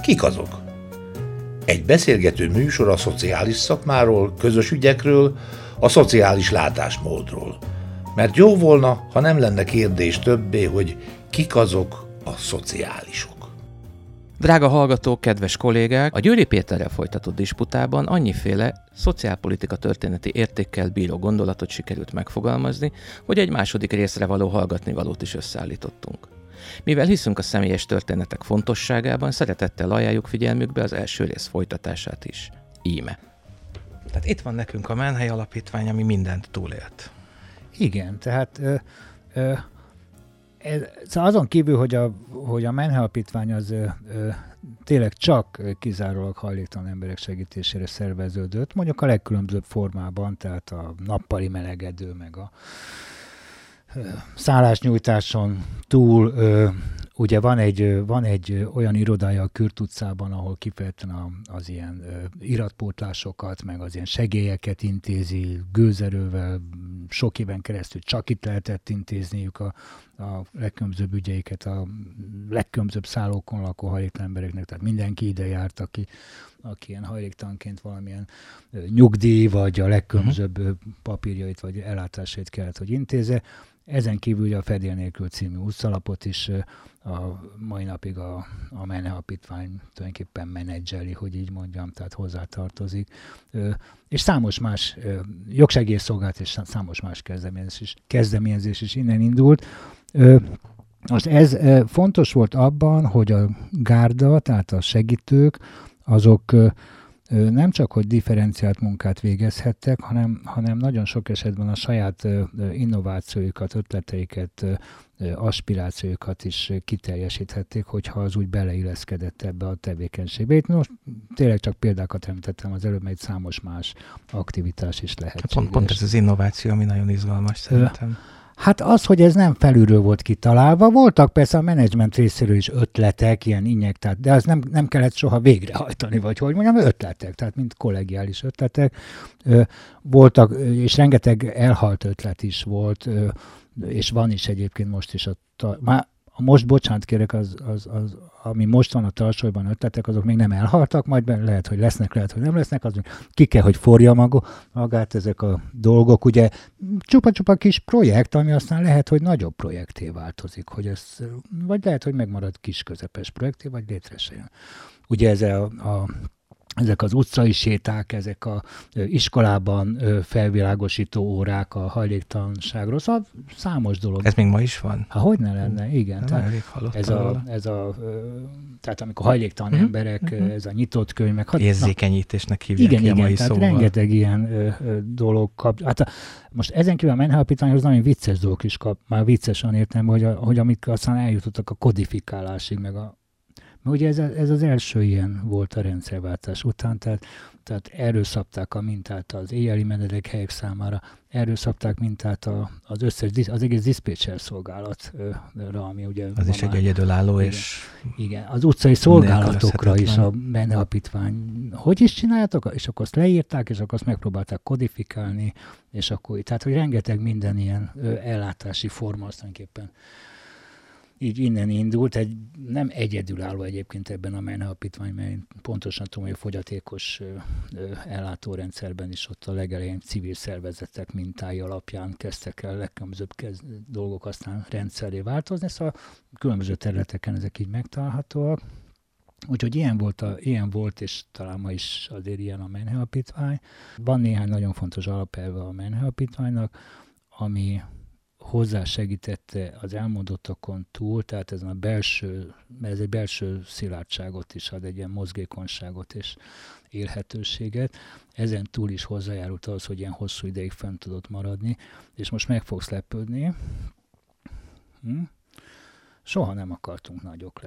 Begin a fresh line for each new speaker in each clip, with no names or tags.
Kik azok? Egy beszélgető műsor a szociális szakmáról, közös ügyekről, a szociális látásmódról. Mert jó volna, ha nem lenne kérdés többé, hogy kik azok a szociálisok.
Drága hallgatók, kedves kollégák! A Győri Péterrel folytatott disputában annyiféle szociálpolitika történeti értékkel bíró gondolatot sikerült megfogalmazni, hogy egy második részre való hallgatnivalót is összeállítottunk. Mivel hiszünk a személyes történetek fontosságában, szeretettel ajánljuk figyelmükbe az első rész folytatását is. Íme.
Tehát itt van nekünk a Menhely Alapítvány, ami mindent túlélt.
Igen, tehát szóval azon kívül, hogy a Menhely Alapítvány az tényleg csak kizárólag hajléktalan emberek segítésére szerveződött, mondjuk a legkülönbözőbb formában, tehát a nappali melegedő, meg a szállásnyújtáson túl, ugye van egy olyan irodája a Kürt utcában, ahol kifejezetten az ilyen iratpótlásokat, meg az ilyen segélyeket intézi gőzerővel, sok éven keresztül csak itt lehetett intézniük a legkülönbözőbb ügyeiket a legkülönbözőbb szállókon lakó hajléktalan embereknek, tehát mindenki ide járt, aki ilyen hajléktalanként valamilyen nyugdíj, vagy a legkülönbözőbb papírjait, vagy ellátásait kellett, hogy intézze. Ezen kívül a Fedél nélkül című úszalapot is a mai napig a Menhely Alapítvány tulajdonképpen menedzseli, hogy így mondjam, tehát hozzátartozik. És számos más jogsegélyszolgálat és számos más kezdeményezés is innen indult. Most ez fontos volt abban, hogy a gárda, tehát a segítők, azok nem csak, hogy differenciált munkát végezhettek, hanem nagyon sok esetben a saját innovációjukat, ötleteiket, aspirációjukat is kiteljesíthették, hogyha az úgy beleilleszkedett ebbe a tevékenységbe. Itt most tényleg csak példákat említettem az előbb, mert számos más aktivitás is lehetséges.
Pont ez az innováció, ami nagyon izgalmas szerintem.
Hát az, hogy ez nem felülről volt kitalálva, voltak persze a menedzsment részéről is ötletek, ilyen injektált, de az nem kellett soha végrehajtani, vagy hogy mondjam, ötletek, tehát mint kollegiális ötletek voltak, és rengeteg elhalt ötlet is volt, és van is egyébként most is most, bocsánat kérek, ami most van a tarsolyban ötletek, azok még nem elhaltak, majd lehet, hogy lesznek, lehet, hogy nem lesznek, az ki kell, hogy forja magát ezek a dolgok. Ugye csupa-csupa kis projekt, ami aztán lehet, hogy nagyobb projekté változik, hogy ez, vagy lehet, hogy megmarad kis közepes projekté, vagy létre se jön. Ugye ezek az utcai séták, ezek az iskolában felvilágosító órák a hajléktalanságról, szóval számos dolog.
Ez még ma is van?
Hogy ne lenne, igen. Tehát amikor hajléktalan emberek, ez a nyitott könyvek.
Érzékenyítésnek hívják ki a mai
tehát
szóval.
rengeteg ilyen dolog kap. Hát most ezen kívül a Menhely Alapítványhoz nagyon vicces dolgok is kap, már viccesen értem, hogy amik aztán eljutottak a kodifikálásig, mert ugye ez az első ilyen volt a rendszerváltás után, tehát erről szabták a mintát az éjjeli menedékhelyek számára, erről szabták mintát az egész diszpécser szolgálatra, ami ugye...
Az is egy egyedülálló,
igen,
és...
Igen, az utcai szolgálatokra is a Menhely Alapítvány. Hogy is csináljátok? És akkor azt leírták, és akkor azt megpróbálták kodifikálni, és akkor... Tehát, hogy rengeteg minden ilyen ellátási forma aztánképpen így innen indult, nem egyedülálló egyébként ebben a Menhely Alapítvány, mert én pontosan tudom, hogy a fogyatékos ellátórendszerben is ott a legelején civil szervezetek mintái alapján kezdtek el legkülönbözőbb dolgok aztán rendszerré változni, szóval különböző területeken ezek így megtalálhatóak. Úgyhogy ilyen volt, és talán ma is azért ilyen a Menhely Alapítvány. Van néhány nagyon fontos alapelve a Menhely Alapítványnak, ami hozzásegítette az elmondottakon túl, tehát ez egy belső szilárdságot is ad, egy ilyen mozgékonyságot és élhetőséget. Ezen túl is hozzájárult az, hogy ilyen hosszú ideig fent tudott maradni, és most meg fogsz lepődni. Soha nem akartunk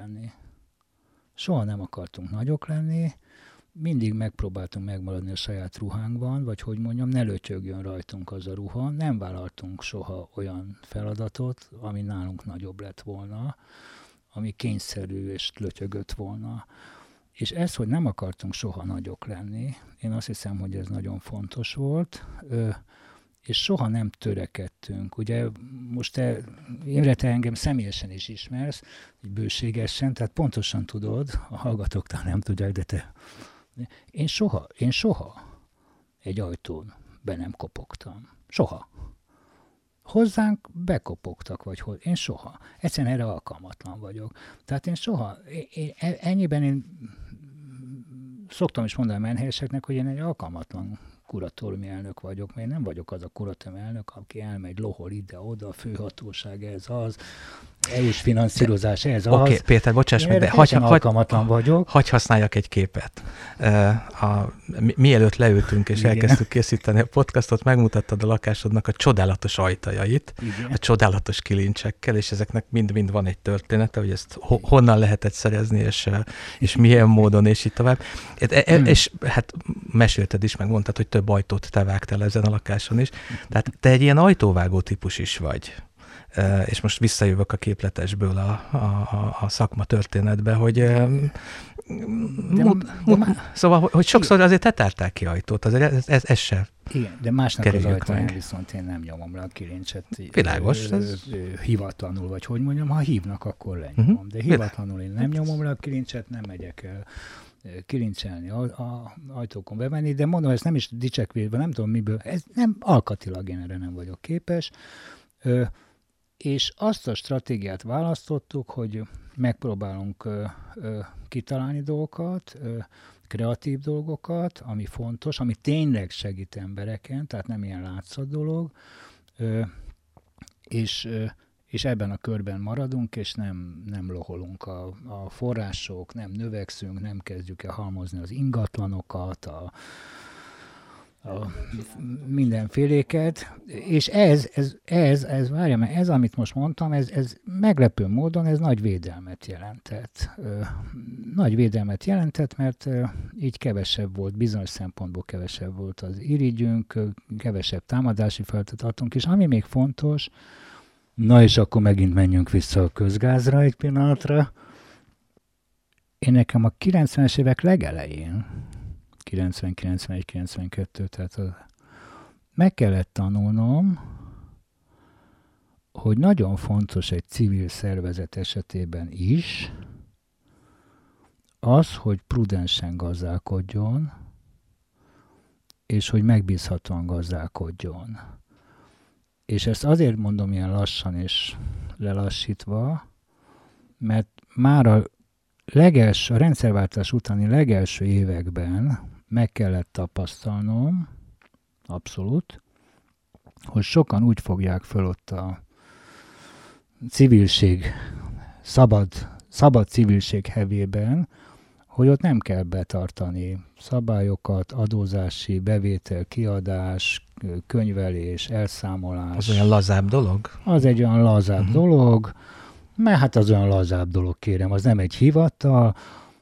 nagyok lenni. Mindig megpróbáltunk megmaradni a saját ruhánkban, vagy hogy mondjam, ne lötyögjön rajtunk az a ruha. Nem vállaltunk soha olyan feladatot, ami nálunk nagyobb lett volna, ami kényszerű és lötyögött volna. És ez, hogy nem akartunk soha nagyok lenni, én azt hiszem, hogy ez nagyon fontos volt, és soha nem törekedtünk. Ugye most Imre, te engem személyesen is ismersz, bőségesen, tehát pontosan tudod, a hallgatóktól nem tudják, de te... Én soha egy ajtón be nem kopogtam. Soha. Hozzánk bekopogtak, vagy hogy én soha. Egyszerűen erre alkalmatlan vagyok. Tehát én soha, ennyiben én szoktam is mondani a menhelyeseknek, hogy én egy alkalmatlan kuratóriumi elnök vagyok, mert én nem vagyok az a kuratóriumi elnök, aki elmegy, lohol ide-oda, a főhatóság, ez az, EU-s finanszírozás, ez az.
Oké, Péter, bocsáss meg, de
alkalmatlan vagyok.
Hagy használjak egy képet. Mielőtt leültünk és elkezdtük készíteni a podcastot, megmutattad a lakásodnak a csodálatos ajtajait, a csodálatos kilincsekkel, és ezeknek mind-mind van egy története, hogy ezt honnan lehetett szerezni, és milyen módon, és így tovább. És hát mesélted is, meg mondtad, hogy több ajtót te vágtál ezen a lakáson is. Tehát te egy ilyen ajtóvágó típus is vagy. És most visszajövök a képletesből a szakma történetbe, hogy szóval, hogy sokszor azért te tárták ki ajtót, azért ez se.
Igen, de másnak az ajtaján viszont én nem nyomom le a kilincset.
Világos.
Hivatlanul, vagy hogy mondjam, ha hívnak, akkor lenyomom. De hivatlanul én nem nyomom le a kilincset, nem megyek el kilincselni, a ajtókon bemenni, de mondom, ez nem is dicsekvésben, nem tudom miből, ez nem, alkatilag én erre nem vagyok képes. És azt a stratégiát választottuk, hogy megpróbálunk kitalálni dolgokat, kreatív dolgokat, ami fontos, ami tényleg segít embereken, tehát nem ilyen látszat dolog, és ebben a körben maradunk, és nem loholunk a források, nem növekszünk, nem kezdjük el halmozni az ingatlanokat, a mindenféléket, és várjál, mert ez, amit most mondtam, ez meglepő módon, ez nagy védelmet jelentett. Nagy védelmet jelentett, mert így kevesebb volt, bizonyos szempontból kevesebb volt az irigyünk, kevesebb támadási feladatot adtunk, és ami még fontos, na és akkor megint menjünk vissza a közgázra egy pillanatra. Én nekem a 90-es évek legelején, 90, 91, 92, tehát meg kellett tanulnom, hogy nagyon fontos egy civil szervezet esetében is az, hogy prudensen gazdálkodjon, és hogy megbízhatóan gazdálkodjon. És ezt azért mondom ilyen lassan és lelassítva, mert már a rendszerváltás utáni legelső években meg kellett tapasztalnom, abszolút, hogy sokan úgy fogják föl ott a civilség, szabad civilség hevében, hogy ott nem kell betartani szabályokat, adózási, bevétel, kiadás, könyvelés, elszámolás.
Az olyan lazább dolog?
Az egy olyan lazább dolog, mert hát az olyan lazább dolog, kérem, az nem egy hivatal.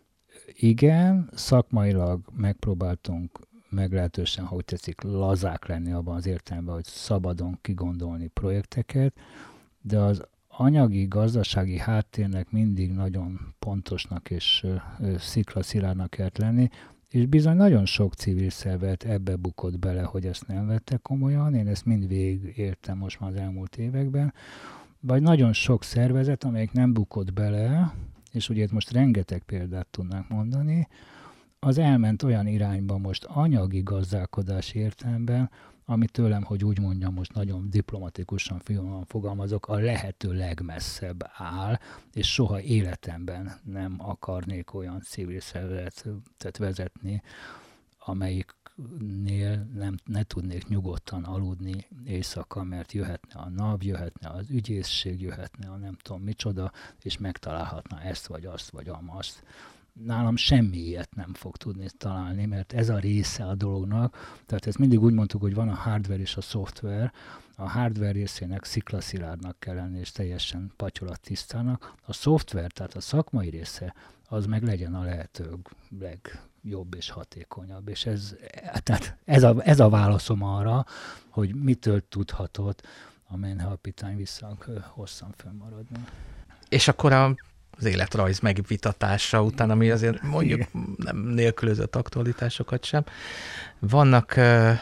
Igen, szakmailag megpróbáltunk meglehetősen, hogy tetszik, lazák lenni abban az értelemben, hogy szabadon kigondolni projekteket, de az anyagi, gazdasági háttérnek mindig nagyon pontosnak és sziklaszilárdnak kellett lenni, és bizony nagyon sok civil szervezet ebbe bukott bele, hogy ezt nem vette komolyan, én ezt mind végigértem most már az elmúlt években, vagy nagyon sok szervezet, amelyik nem bukott bele, és ugye itt most rengeteg példát tudnánk mondani, az elment olyan irányba most anyagi gazdálkodási értelemben, ami tőlem, hogy úgy mondjam, most nagyon diplomatikusan fogalmazok, a lehető legmesszebb áll, és soha életemben nem akarnék olyan civil szervezetet vezetni, amelyiknél ne tudnék nyugodtan aludni éjszaka, mert jöhetne a NAV, jöhetne az ügyészség, jöhetne a nem tudom micsoda, és megtalálhatna ezt, vagy azt, vagy amazt. Nálam semmi ilyet nem fog tudni találni, mert ez a része a dolognak. Tehát ezt mindig úgy mondtuk, hogy van a hardware és a szoftver. A hardware részének sziklaszilárdnak kell lenni, és teljesen patyolattisztának. A szoftver, tehát a része, az meg legyen a lehető legjobb és hatékonyabb. És ez a válaszom arra, hogy mitől tudhatott a menhelpitány vissza hosszan fönnmaradni.
És akkor az életrajz megvitatása után, ami azért mondjuk nem nélkülözött aktualitásokat sem. Vannak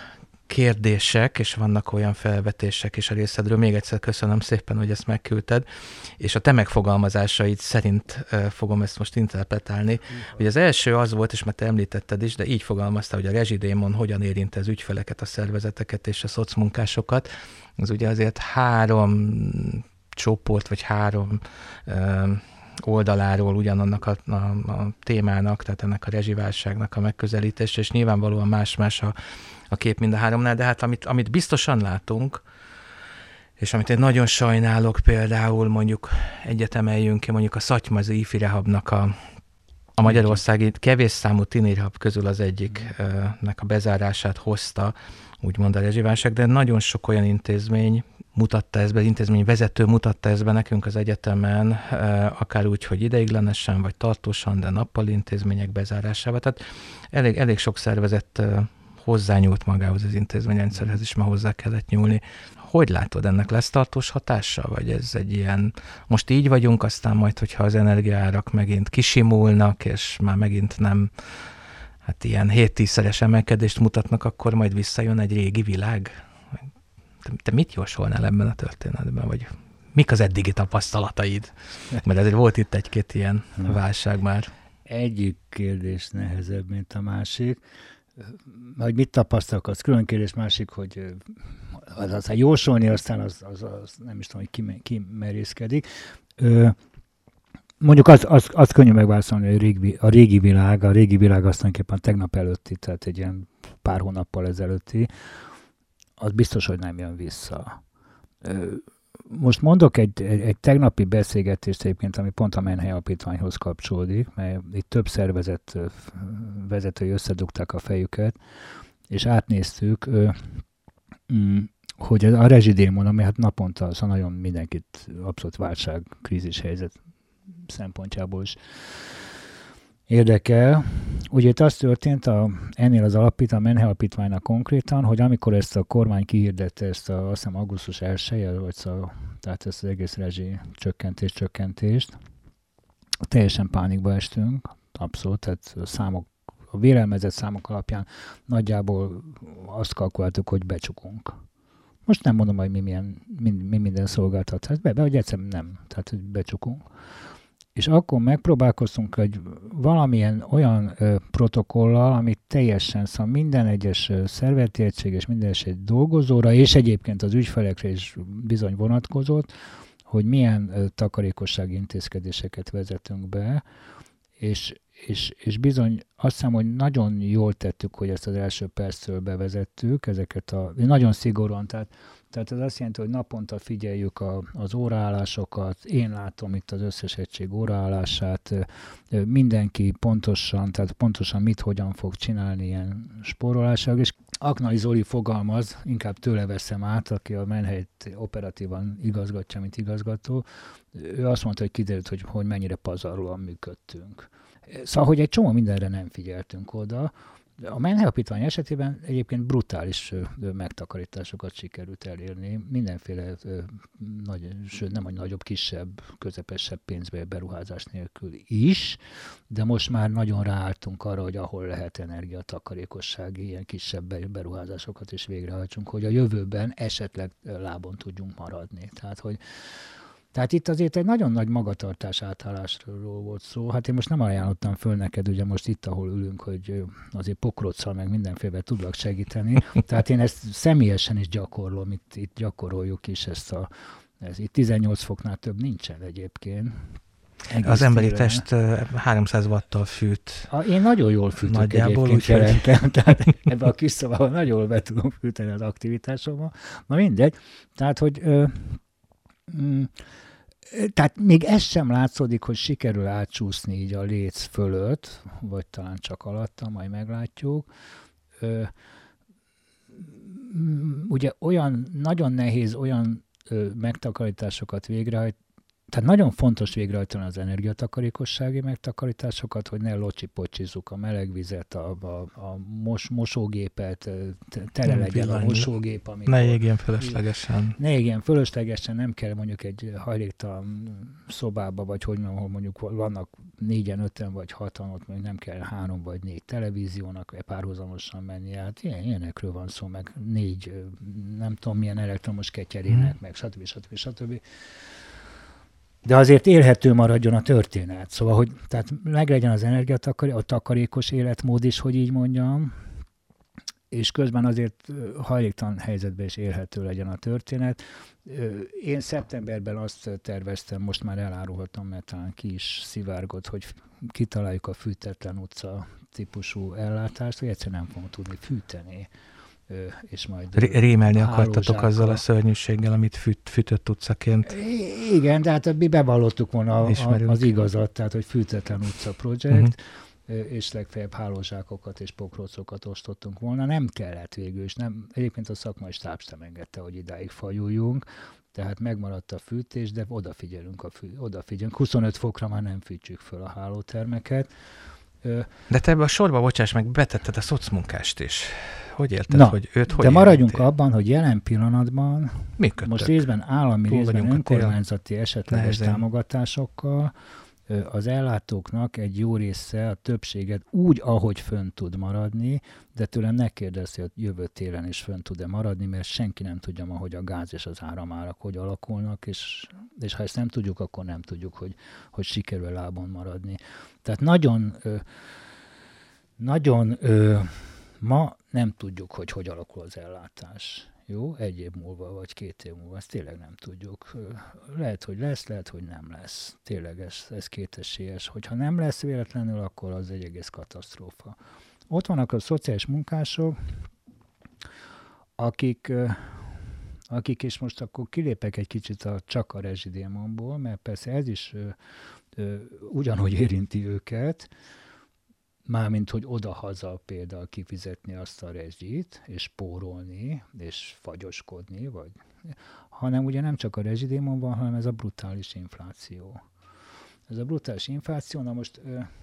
kérdések, és vannak olyan felvetések is a részedről. Még egyszer köszönöm szépen, hogy ezt megküldted, és a te megfogalmazásaid szerint fogom ezt most interpretálni. Ugye az első az volt, és már te említetted is, de így fogalmazta, hogy a rezsidémon hogyan érinti az ügyfeleket, a szervezeteket és a szocmunkásokat. Ez ugye azért 3 csoport, vagy 3 oldaláról ugyanannak a témának, tehát ennek a rezsiválságnak a megközelítése, és nyilvánvalóan más-más a kép mind a 3-nál, de hát amit biztosan látunk, és amit én nagyon sajnálok, például mondjuk egyetemeljünk ki, mondjuk a Szatymazi Ifi Rehabnak a magyarországi kevés számú tini rehab közül az egyiknek a bezárását hozta, úgymond a rezsiválság, de nagyon sok olyan intézmény mutatta ezt be, intézményvezető mutatta ezt be nekünk az egyetemen, akár úgy, hogy ideiglenesen, vagy tartósan, de nappali intézmények bezárásával. Tehát elég sok szervezet hozzányúlt magához az intézményrendszerhez is, már hozzá kellett nyúlni. Hogy látod, ennek lesz tartós hatása? Vagy ez egy ilyen, most így vagyunk, aztán majd, hogyha az energiaárak megint kisimulnak, és már megint nem, hát ilyen 7-10-szeres emelkedést mutatnak, akkor majd visszajön egy régi világ? Te mit jósolnál ebben a történetben, vagy mik az eddigi tapasztalataid? Mert ezért volt itt egy-két ilyen válság már.
Egyik kérdés nehezebb, mint a másik. Hogy mit tapasztalok, az külön kérdés, másik, hogy aztán jósolni, aztán az nem is tudom, hogy ki merészkedik. Mondjuk az könnyű megválaszolni, hogy a régi világ azt tulajdonképpen tegnap előtti, tehát egy ilyen pár hónappal ezelőtti, az biztos, hogy nem jön vissza. Most mondok egy tegnapi beszélgetést egyébként, ami pont a Menhely Alapítványhoz kapcsolódik, mert itt több szervezet vezetői összedugták a fejüket, és átnéztük, hogy a rezsidémon, ami hát naponta, szóval nagyon mindenkit abszolút válság, krízis helyzet szempontjából is érdekel. Ugye itt az történt ennél az a Menhely Alapítványnak konkrétan, hogy amikor ezt a kormány kihirdette, azt hiszem augusztus 1-je, tehát ezt az egész rezsi csökkentést, teljesen pánikba estünk, abszolút, tehát a vélelmezett számok alapján nagyjából azt kalkuláltuk, hogy becsukunk. Most nem mondom, hogy mi minden szolgáltatás, hogy egyszerűen nem, tehát hogy becsukunk. És akkor megpróbálkoztunk egy valamilyen olyan protokollal, amit teljesen, szóval minden egyes szervezeti egység és minden egy dolgozóra, és egyébként az ügyfelekre is bizony vonatkozott, hogy milyen takarékossági intézkedéseket vezetünk be, és bizony azt hiszem, hogy nagyon jól tettük, hogy ezt az első perctől bevezettük, ezeket nagyon szigorúan, tehát ez azt jelenti, hogy naponta figyeljük az óraállásokat, én látom itt az összes egység óraállását, mindenki pontosan mit, hogyan fog csinálni ilyen spórolással, és Aknai Zoli fogalmaz, inkább tőle veszem át, aki a Menhelyt operatívan igazgatja, mint igazgató, ő azt mondta, hogy kiderült, hogy mennyire pazarlóan működtünk. Szóval, hogy egy csomó mindenre nem figyeltünk oda. A Menhely Alapítvány esetében egyébként brutális megtakarításokat sikerült elérni, mindenféle sőt nem, hogy nagyobb, kisebb, közepesebb pénzberuházás nélkül is, de most már nagyon ráálltunk arra, hogy ahol lehet energiatakarékossági, ilyen kisebb beruházásokat is végrehajtsunk, hogy a jövőben esetleg lábon tudjunk maradni. Tehát itt azért egy nagyon nagy magatartás átállásról volt szó. Hát én most nem ajánlottam föl neked, ugye most itt, ahol ülünk, hogy azért pokrocccal meg mindenféle tudlak segíteni. Tehát én ezt személyesen is gyakorlom, itt gyakoroljuk is ez itt 18 foknál több nincsen egyébként.
Az emberi test 300 watttal fűt.
Én nagyon jól fűtök
nagyjából,
egyébként jelentem, tehát ebben a kis szobában nagyon jól be tudom fűteni az aktivitásommal. Na mindegy, tehát hogy tehát még ez sem látszódik, hogy sikerül átcsúszni így a léc fölött, vagy talán csak alatta, majd meglátjuk. Ugye nagyon nehéz olyan megtakarításokat végrehajtani, Tehát nagyon fontos végrehajtani az energiatakarékossági megtakarításokat, hogy ne locsipocsizzuk a melegvizet, a mosógépet, tele legyen a mosógép.
Ne égjen fölöslegesen.
Ne égjen fölöslegesen, nem kell mondjuk egy hajléktalan szobába, vagy hogy ahol mondjuk vannak 4-en, 5-en vagy 6-an, ott mondjuk nem kell 3 vagy 4 televíziónak párhuzamosan menni. Hát ilyenekről van szó, meg 4 nem tudom milyen elektromos ketyerének, meg stb. De azért élhető maradjon a történet. Szóval, hogy tehát meglegyen az a takarékos életmód is, hogy így mondjam, és közben azért hajléktalan helyzetben is élhető legyen a történet. Én szeptemberben azt terveztem, most már elárulhatom, mert talán ki is szivárgott, hogy kitaláljuk a fűtetlen utca típusú ellátást, hogy egyszerűen nem fogunk tudni fűteni. És majd
rémelni akartatok azzal a szörnyűséggel, amit fűtött utcaként.
Igen, de hát mi bevallottuk volna az igazat, tehát hogy fűtetlen utca projekt, és legfeljebb hálózsákokat és pokrócokat osztottunk volna. Nem kellett végül is, nem. Egyébként a szakmai stáb sem engedte, hogy idáig fajuljunk, tehát megmaradt a fűtés, de odafigyelünk. 25 fokra már nem fűtjük föl a hálótermeket.
De te ebbe a sorba, bocsáss meg, betetted a szocmunkást is. Hogy érted, hogy őt hogy
de maradjunk abban, hogy jelen pillanatban most részben állami, részben önkormányzati esetleges támogatásokkal az ellátóknak egy jó része, a többséget úgy, ahogy fönn tud maradni, de tőlem ne kérdezz, hogy jövő télen is fönn tud-e maradni, mert senki nem tudja ma, hogy a gáz és az áramárak hogy alakulnak, és ha ezt nem tudjuk, akkor nem tudjuk, hogy sikerül lábon maradni. Tehát nagyon ma nem tudjuk, hogy alakul az ellátás. Jó? 1 év múlva, vagy 2 év múlva, ezt tényleg nem tudjuk. Lehet, hogy lesz, lehet, hogy nem lesz. Tényleg ez kétesélyes. Hogyha nem lesz véletlenül, akkor az egy egész katasztrófa. Ott vannak a szociális munkások, akik és most akkor kilépek egy kicsit csak a rezsidémonból, mert persze ez is ugyanúgy érinti őket, mármint, hogy oda-haza például kifizetni azt a rezsit, és spórolni, és fagyoskodni, hanem ugye nem csak a rezsidémon van, hanem ez a brutális infláció. Ez a brutális infláció, na most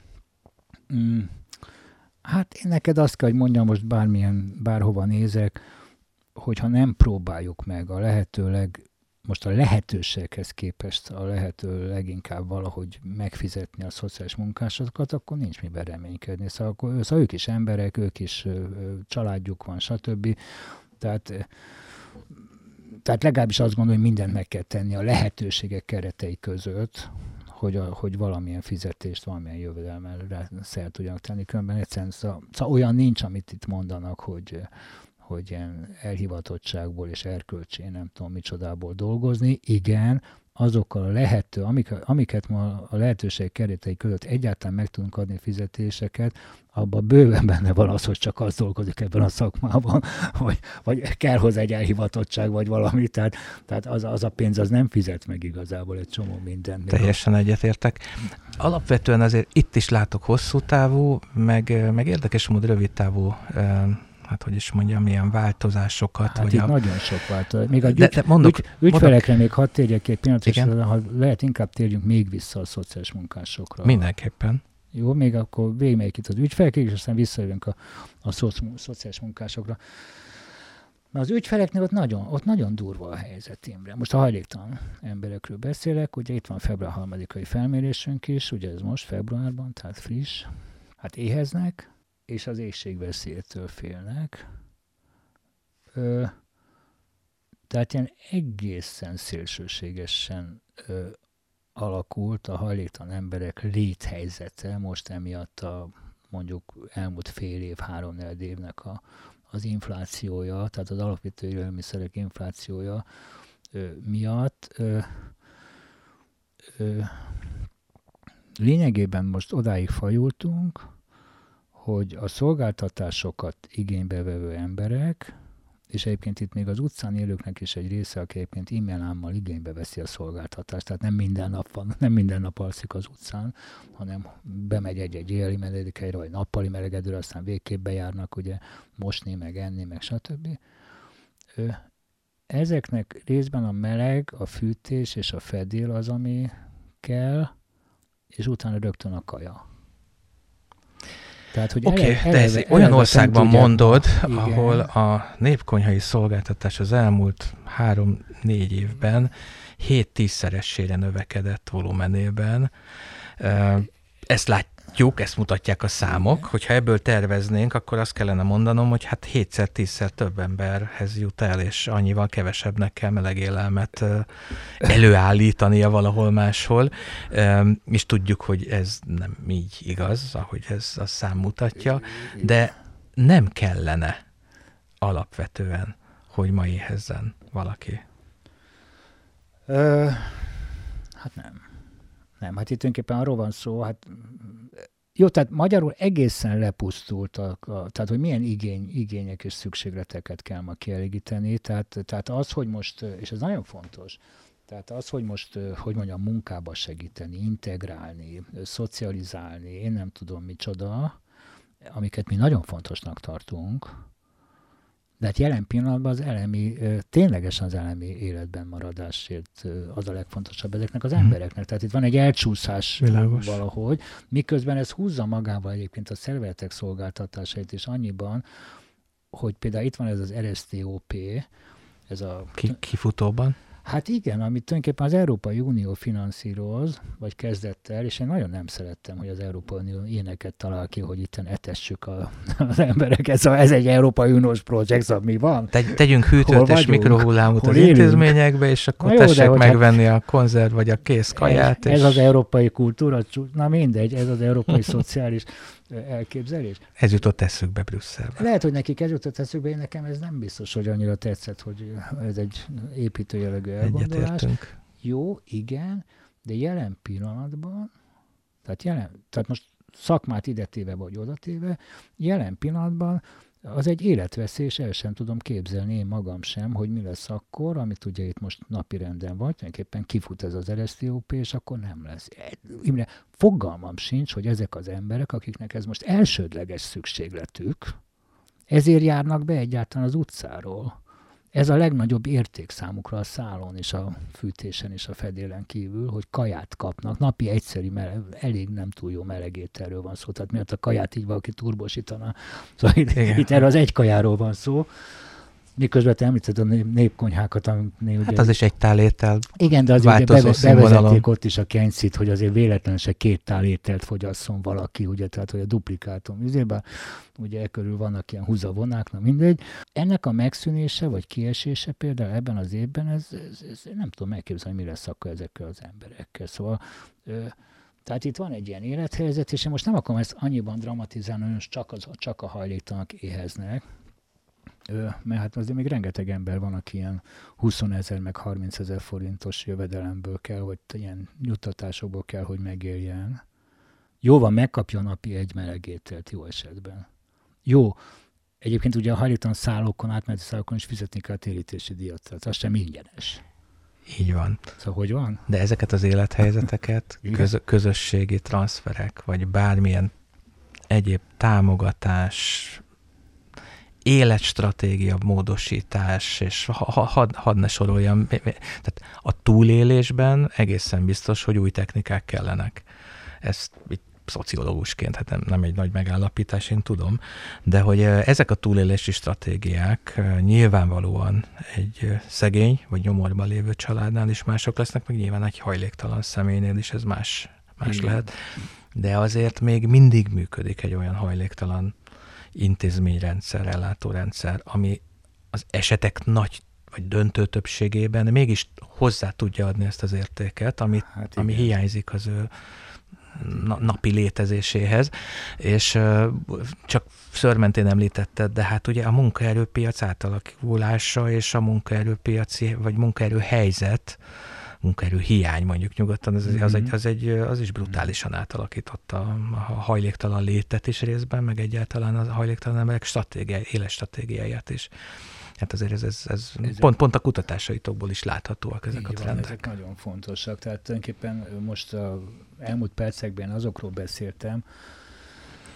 hát én neked azt kell, hogy mondjam, most bárhova nézek, hogyha nem próbáljuk meg a most a lehetőséghez képest a lehető leginkább valahogy megfizetni a szociális munkásokat, akkor nincs miben reménykedni. Szóval ők is emberek, ők is családjuk van, stb. Tehát legalábbis azt gondolom, hogy mindent meg kell tenni a lehetőségek keretei között, hogy valamilyen fizetést, valamilyen jövedelmel szert tudjanak tenni. Különben egyszerűen olyan nincs, amit itt mondanak, hogy ilyen elhivatottságból és erkölcsi, nem tudom micsodából dolgozni. Igen, azokkal amiket ma a lehetőség keretei között egyáltalán meg tudunk adni fizetéseket, abban bőven benne van az, hogy csak az dolgozik ebben a szakmában, vagy kell hozzá egy elhivatottság, vagy valami, tehát az a pénz az nem fizet meg igazából egy csomó mindent.
Teljesen egyetértek. Alapvetően azért itt is látok hosszú távú, meg érdekes módon rövid távú hát hogy is mondjam, milyen változásokat.
Hát itt nagyon sok változás. Még ügyfelekre még hadd térjek egy pillanatra, ha lehet, inkább térjünk még vissza a szociális munkásokra.
Mindenképpen.
Jó, még akkor végigmegyek itt az ügyfelekig, és aztán visszajövünk a szociális munkásokra. Mert az ügyfeleknél ott nagyon durva a helyzet, Imre. Most a hajléktalan emberekről beszélek, ugye itt van február 3-ai felmérésünk is, ugye ez most februárban, tehát friss. Hát éheznek, és az éhségveszélytől félnek. Tehát ilyen egészen szélsőségesen alakult a hajléktalan emberek léthelyzete most emiatt a mondjuk elmúlt fél év, 3-4 évnek az inflációja, tehát az alapvető élelmiszerek inflációja miatt. Lényegében most odáig fajultunk, hogy a szolgáltatásokat igénybe vevő emberek, és egyébként itt még az utcán élőknek is egy része, aki egyébként e-mailámmal igénybe veszi a szolgáltatást, tehát nem minden nap alszik az utcán, hanem bemegy egy éjjeli melegedőhelyre, vagy nappali melegedőre, aztán végképp bejárnak ugye mosni, meg enni, meg stb. ezeknek részben a meleg, a fűtés és a fedél az, ami kell, és utána rögtön a kaja.
Oké, de ez olyan országban mondod, ahol a népkonyhai szolgáltatás az elmúlt 3-4 évben 7-10-szeresére növekedett volumenében. Ezt látjuk, ezt mutatják a számok, hogyha ebből terveznénk, akkor azt kellene mondanom, hogy hát 7-10-szer több emberhez jut el, és annyival kevesebbnek kell meleg élelmet előállítania valahol máshol, és tudjuk, hogy ez nem így igaz, ahogy ez a szám mutatja, de nem kellene alapvetően, hogy ma éhezzen valaki.
Hát nem. Nem, hát itt tulajdonképpen arról van szó, hát jó, tehát magyarul egészen lepusztultak, tehát hogy milyen igények és szükségleteket kell ma kielégíteni, tehát az, hogy most, és ez nagyon fontos, tehát az, hogy most, hogy mondjam, munkába segíteni, integrálni, szocializálni, én nem tudom micsoda, amiket mi nagyon fontosnak tartunk, de hát jelen pillanatban az elemi, ténylegesen az elemi életben maradásért az a legfontosabb ezeknek az embereknek. Tehát itt van egy elcsúszás valahogy, miközben ez húzza magával egyébként a szervezetek szolgáltatásait is annyiban, hogy például itt van ez az RSTOP, ez a...
Kifutóban?
Hát igen, amit tulajdonképpen az Európai Unió finanszíroz, vagy kezdett el, és én nagyon nem szerettem, hogy az Európai Unió ilyeneket talál ki, hogy itten etessük az embereket. Szóval ez egy Európai Uniós projekt, szóval mi van?
Tegyünk hűtőt és mikrohullámot az intézményekbe, és akkor jó, tessék megvenni a konzerv vagy a kész kaját.
Ez az európai kultúra, na mindegy, ez az európai szociális elképzelés.
Ez jutott eszükbe Brüsszelben.
Lehet, hogy nekik ez jutott eszükbe, én nekem ez nem biztos, hogy annyira tetszett, hogy ez egy építő jellegű elgondolás.
Egyetértünk.
Jó, igen, de jelen pillanatban, tehát most szakmát idetéve vagy odatéve, jelen pillanatban az egy életveszélyes, el sem tudom képzelni én magam sem, hogy mi lesz akkor, amit ugye itt most napirenden van, tulajdonképpen kifut ez az RSTOP, és akkor nem lesz. Imre, fogalmam sincs, hogy ezek az emberek, akiknek ez most elsődleges szükségletük, ezért járnak be egyáltalán az utcáról. Ez a legnagyobb érték számukra a szálon és a fűtésen és a fedélen kívül, hogy kaját kapnak. Napi egyszeri elég nem túl jó melegételről van szó. Tehát miatt a kaját így valaki turbosítana. Szóval itt erről az egy kajáról van szó. Miközben te említed a népkonyhákat, amiknél ugye...
Hát az is egy tál étel.
Igen, de azért bevezették ott is a kenyszit, hogy azért véletlenül se 2 tál ételt fogyasszon valaki, ugye, tehát hogy a duplikátum üzében, ugye körül vannak ilyen húzavonák, na mindegy. Ennek a megszűnése, vagy kiesése például ebben az évben, ez nem tudom elképzelni, mi lesz akkor ezekkel az emberekkel. Szóval... Tehát itt van egy ilyen élethelyzet, és én most nem akarom ezt annyiban dramatizálni, hogy csak a hajléktalanok éheznek, mert hát azért még rengeteg ember van, aki ilyen 20 000 meg 30 000 forintos jövedelemből kell, hogy ilyen juttatásokból kell, hogy megéljen. Jó van, megkapja a napi egy melegételt jó esetben. Jó, egyébként ugye a hajléktalan szállókon, átmeneti szállókon is fizetni kell a térítési díjat, tehát az sem ingyenes.
Így van.
Szóval hogy van?
De ezeket az élethelyzeteket, közösségi transferek, vagy bármilyen egyéb támogatás, életstratégia módosítás, és hadd ne soroljam, tehát a túlélésben egészen biztos, hogy új technikák kellenek. Ezt itt szociológusként, hát nem egy nagy megállapítás, én tudom, de hogy ezek a túlélési stratégiák nyilvánvalóan egy szegény vagy nyomorban lévő családnál is mások lesznek, meg nyilván egy hajléktalan személynél is ez más lehet, de azért még mindig működik egy olyan hajléktalan intézményrendszer, ellátórendszer, ami az esetek nagy vagy döntő többségében mégis hozzá tudja adni ezt az értéket, ami hiányzik az ő napi létezéséhez, és csak szőrmentén említetted, de hát ugye a munkaerőpiac átalakulása és a munkaerőpiaci vagy munkaerőhelyzet, munkaerőhiány mondjuk nyugodtan, az is brutálisan átalakította a hajléktalan létet is részben, meg egyáltalán a hajléktalan emberek éles stratégiáját is. Hát azért ez pont a kutatásaitokból is láthatóak ezek a trendek.
Ezek nagyon fontosak. Tehát tulajdonképpen most az elmúlt percekben azokról beszéltem,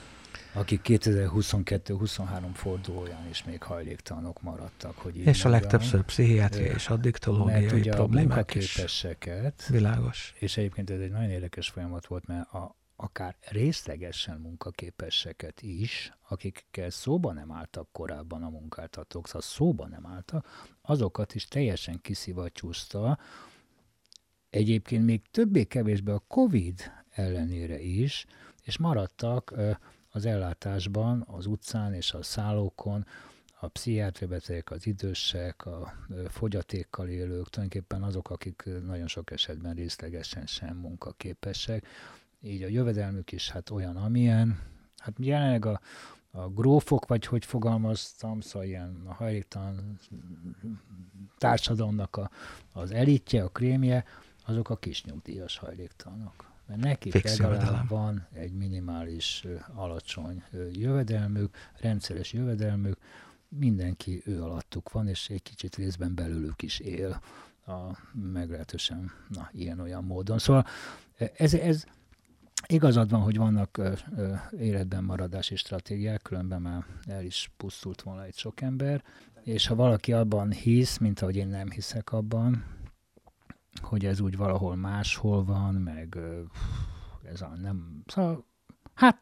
akik 2022-23 fordulóján is még hajléktalanok maradtak. Hogy így
és a legtöbbször pszichiátriai és addiktológiai problémák is.
Munkaképeseket.
Világos.
És egyébként ez egy nagyon érdekes folyamat volt, mert akár részlegesen munkaképeseket is, akikkel szóba nem álltak korábban a munkáltatók, szóval szóba nem álltak, azokat is teljesen kiszivattyúzta, egyébként még többé-kevésbé a Covid ellenére is, és maradtak az ellátásban, az utcán és a szállókon a pszichiátriai betegek, az idősek, a fogyatékkal élők, tulajdonképpen azok, akik nagyon sok esetben részlegesen sem munkaképesek. Így a jövedelmük is hát olyan, amilyen. Hát jelenleg a grófok, vagy hogy fogalmaztam, szóval ilyen a hajléktalan társadalomnak az elitje, a krémje, azok a kisnyugdíjas hajléktalanok. Mert nekik legalább van egy minimális, alacsony jövedelmük, rendszeres jövedelmük, mindenki ő alattuk van, és egy kicsit részben belőlük is él meglehetősen ilyen-olyan módon. Szóval ez igazad van, hogy vannak életben maradási stratégiák, különben már el is pusztult volna egy sok ember, és ha valaki abban hisz, mint ahogy én nem hiszek abban, hogy ez úgy valahol máshol van, meg ez a nem... Szóval, hát,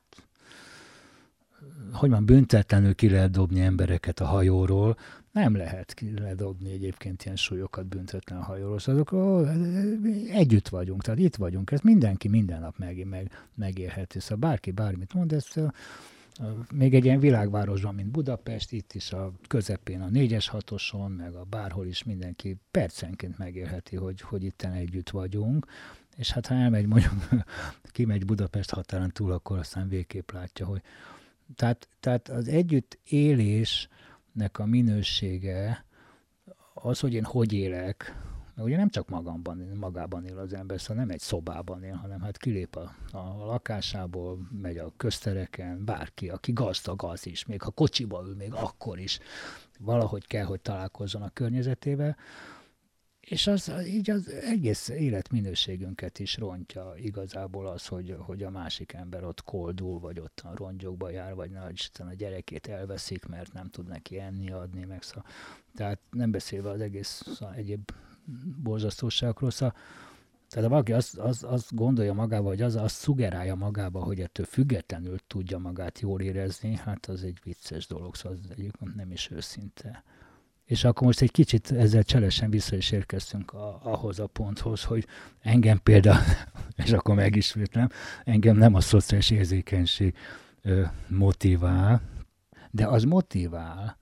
hogy van, büntetlenül ki lehet dobni embereket a hajóról, nem lehet ki ledobni egyébként ilyen súlyokat büntetlen a hajóról. Szóval együtt vagyunk, tehát itt vagyunk, ezt mindenki minden nap megélheti. Szóval bárki bármit mond, ezt még egy ilyen világvárosban, mint Budapest, itt is a közepén a 4-es 6-oson, meg a bárhol is mindenki percenként megélheti, hogy itten együtt vagyunk, és hát ha elmegy, mondjuk kimegy Budapest határán túl, akkor aztán végképp látja, hogy tehát az együtt élésnek a minősége az, hogy én hogy élek, mert ugye nem csak magában él az ember, szóval nem egy szobában él, hanem hát kilép a lakásából, megy a köztereken, bárki, aki gazdag, az is, még ha kocsiba ül, még akkor is valahogy kell, hogy találkozzon a környezetével, és az így az egész életminőségünket is rontja igazából az, hogy a másik ember ott koldul, vagy ott a rongyokba jár, vagy nagy Isten a gyerekét elveszik, mert nem tud neki enni adni, meg szóval. Tehát nem beszélve az egész egyéb borzasztóságokról. Szóval, tehát valaki azt gondolja magába, vagy azt szuggerálja magába, hogy ettől függetlenül tudja magát jól érezni, hát az egy vicces dolog, szóval az egyébként nem is őszinte. És akkor most egy kicsit ezzel cselesen vissza is érkeztünk ahhoz a ponthoz, hogy engem például, és akkor megismétlem, engem nem a szociális érzékenység motivál, de az motivál,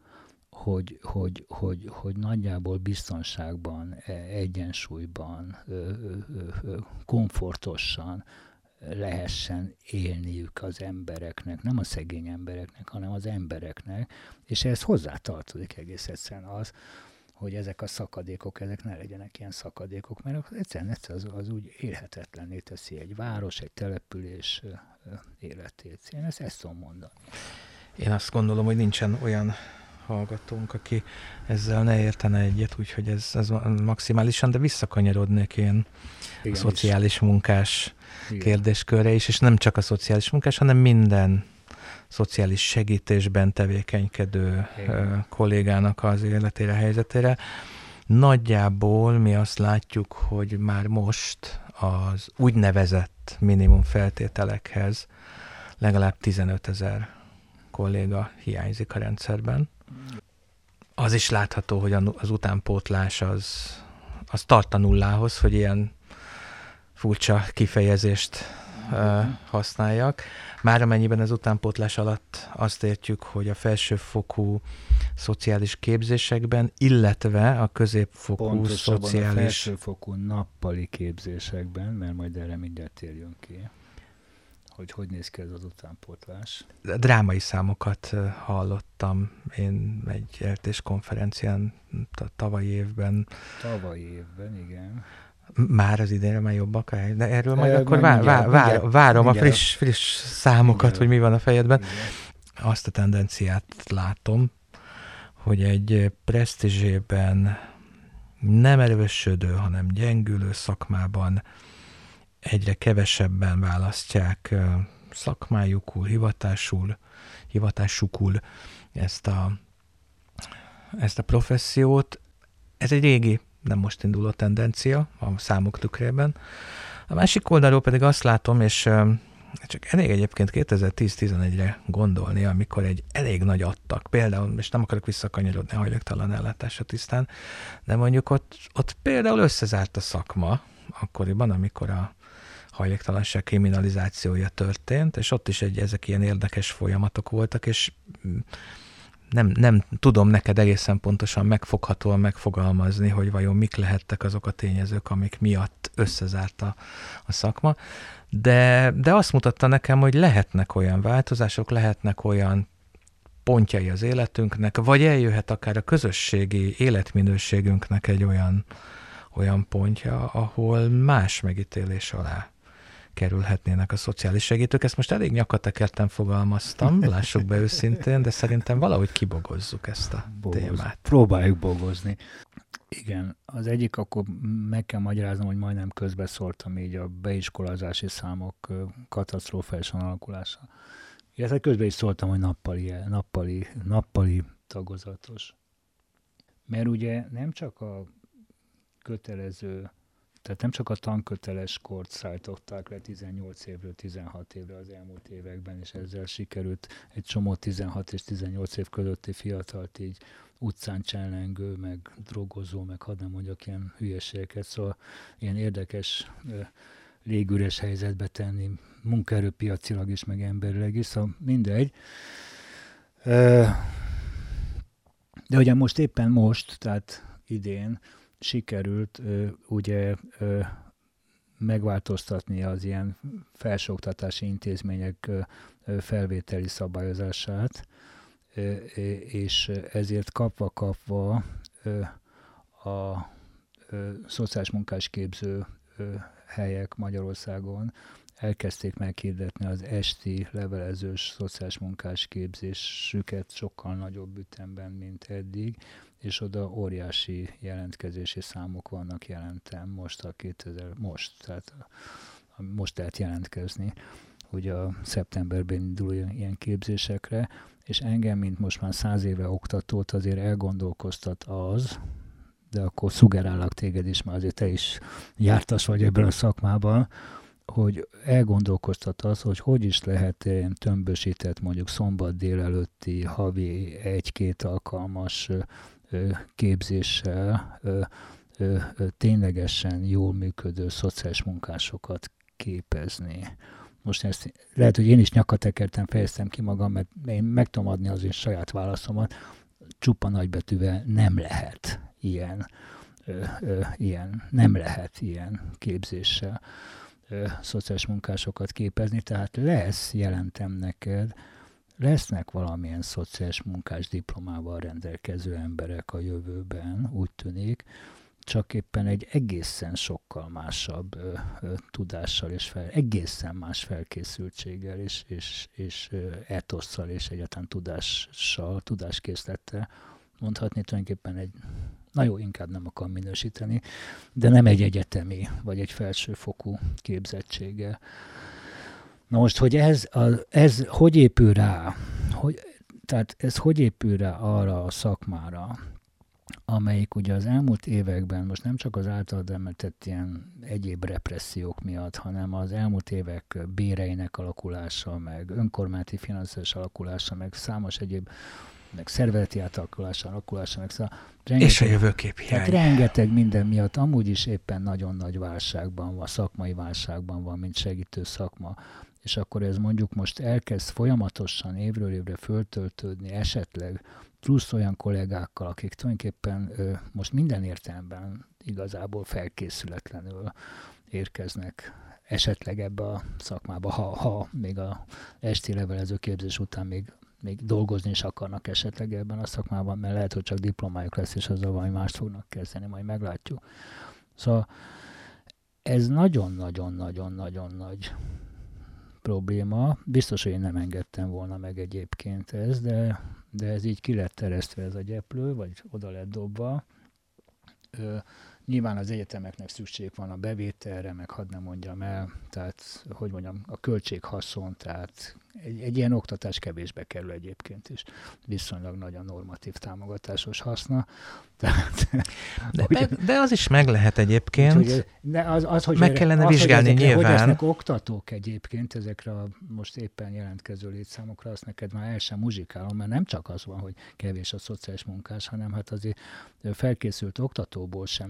hogy nagyjából biztonságban, egyensúlyban, komfortosan lehessen élniük az embereknek, nem a szegény embereknek, hanem az embereknek, és ehhez hozzátartozik egész egyszerűen az, hogy ezek a szakadékok, ezek ne legyenek ilyen szakadékok, mert egyszerűen az úgy élhetetlenné teszi egy város, egy település életét. Én ezt tudom mondani.
Én azt gondolom, hogy nincsen olyan hallgatónk, aki ezzel ne értene egyet, úgyhogy ez maximálisan, de visszakanyarodnék én a szociális munkás kérdéskörre is, és nem csak a szociális munkás, hanem minden szociális segítésben tevékenykedő kollégának az életére, helyzetére. Nagyjából mi azt látjuk, hogy már most az úgynevezett minimum feltételekhez legalább 15 000 kolléga hiányzik a rendszerben. Az is látható, hogy az utánpótlás az tart a nullához, hogy ilyen furcsa kifejezést használjak. Már amennyiben az utánpótlás alatt azt értjük, hogy a felsőfokú szociális képzésekben, illetve a középfokú
pontosabban
szociális...
a felsőfokú nappali képzésekben, mert majd erre mindjárt térjünk ki, hogy néz ki ez az utánpótlás.
Drámai számokat hallottam én egy ERT-s konferencián tavalyi évben.
Tavalyi évben, igen.
Már az idénre már jobbak, de erről majd akkor várom a friss számokat, hogy mi van a fejedben. Igen. Azt a tendenciát látom, hogy egy presztízsében nem erősödő, hanem gyengülő szakmában egyre kevesebben választják szakmájukul, hivatásukul ezt a professziót. Ez egy régi, nem most induló tendencia a számok tükrében. A másik oldalról pedig azt látom, és csak elég egyébként 2010-11-re gondolni, amikor egy elég nagy adtak, például, és nem akarok visszakanyarodni a hajléktalan ellátásra tisztán, de mondjuk ott például összezárt a szakma akkoriban, amikor a hajléktalanság kriminalizációja történt, és ott is ezek ilyen érdekes folyamatok voltak, és nem tudom neked egészen pontosan megfoghatóan megfogalmazni, hogy vajon mik lehettek azok a tényezők, amik miatt összezárt a szakma, de azt mutatta nekem, hogy lehetnek olyan változások, lehetnek olyan pontjai az életünknek, vagy eljöhet akár a közösségi életminőségünknek egy olyan pontja, ahol más megítélés alá kerülhetnének a szociális segítők. Ezt most elég nyakatekerten fogalmaztam, lássuk be őszintén, de szerintem valahogy kibogozzuk ezt a témát.
Próbáljuk bogozni. Igen, az egyik, akkor meg kell magyaráznom, hogy majdnem közbeszóltam így a beiskolázási számok katasztrofálisan alakulása. Illetve közben is szóltam, hogy nappali tagozatos. Mert ugye nem csak a kötelező, tehát nem csak a tanköteles kort szállították le 18 évről 16 évre az elmúlt években, és ezzel sikerült egy csomó 16 és 18 év közötti fiatalt így utcán csellengő, meg drogozó, meg hadd nem mondjak ilyen hülyeségeket, szóval ilyen érdekes légüres helyzetbe tenni, munkaerőpiacilag is, meg emberileg is, szóval mindegy. De ugye éppen most, tehát idén sikerült ugye megváltoztatni az ilyen felsőoktatási intézmények felvételi szabályozását, és ezért kapva a szociális munkásképző helyek Magyarországon elkezdték meghirdetni az esti levelezős szociális munkásképzésüket sokkal nagyobb ütemben, mint eddig, és oda óriási jelentkezési számok vannak jelentem most lehet jelentkezni, ugye a szeptemberben induló ilyen képzésekre, és engem, mint most már 100 éve oktatót azért elgondolkoztat az, de akkor szugerálok téged is, mert azért te is jártas vagy ebben a szakmában, hogy elgondolkoztat az, hogy is lehet ilyen tömbösített, mondjuk szombat délelőtti havi 1-2 alkalmas képzéssel ténylegesen jól működő szociális munkásokat képezni. Most ezt lehet, hogy én is nyakatekerten fejeztem ki magam, mert én meg tudom adni az én saját válaszomat, csupa nagybetűvel nem lehet nem lehet ilyen képzéssel szociális munkásokat képezni, tehát jelentem neked, lesznek valamilyen szociális munkás diplomával rendelkező emberek a jövőben, úgy tűnik, csak éppen egy egészen sokkal másabb tudással és egészen más felkészültséggel és etosszal és egyáltalán tudáskészlettel mondhatni tulajdonképpen na jó, inkább nem akar minősíteni, de nem egy egyetemi vagy egy felsőfokú képzettséggel. Na most, hogy ez hogy épül rá? Tehát ez hogy épül rá arra a szakmára, amelyik ugye az elmúlt években, most nem csak az általad említett ilyen egyéb repressziók miatt, hanem az elmúlt évek béreinek alakulása, meg önkormányzati finanszírozás alakulása, meg számos egyéb, meg szervezeti átalakulása, meg
és a jövőkép hiány.
Tehát rengeteg minden miatt amúgy is éppen nagyon nagy válságban van, szakmai válságban van, mint segítő szakma, és akkor ez mondjuk most elkezd folyamatosan évről évre föltöltődni esetleg plusz olyan kollégákkal, akik tulajdonképpen most minden értelemben igazából felkészületlenül érkeznek esetleg ebbe a szakmába, ha még a esti levelező képzés után még dolgozni is akarnak esetleg ebben a szakmában, mert lehet, hogy csak diplomájuk lesz, és azzal valami mást fognak kezdeni, majd meglátjuk. Szóval ez nagyon-nagyon-nagyon-nagyon nagy probléma. Biztos, hogy én nem engedtem volna meg egyébként ezt, de ez így ki lett teresztve ez a gyeplő, vagy oda lett dobva. Nyilván az egyetemeknek szükség van a bevételre, meg hadd nem mondjam el, tehát, hogy mondjam, a költséghaszon, tehát egy ilyen oktatás kevésbe kerül egyébként is. Viszonylag nagy a normatív támogatásos haszna. Tehát,
de az is meg lehet egyébként.
Úgyhogy, de hogy
meg kellene vizsgálni
hogy
nyilván.
Hogy lesznek oktatók egyébként ezekre a most éppen jelentkező létszámokra, azt neked már el sem muzsikálom, mert nem csak az van, hogy kevés a szociális munkás, hanem hát azért felkészült oktatóból sem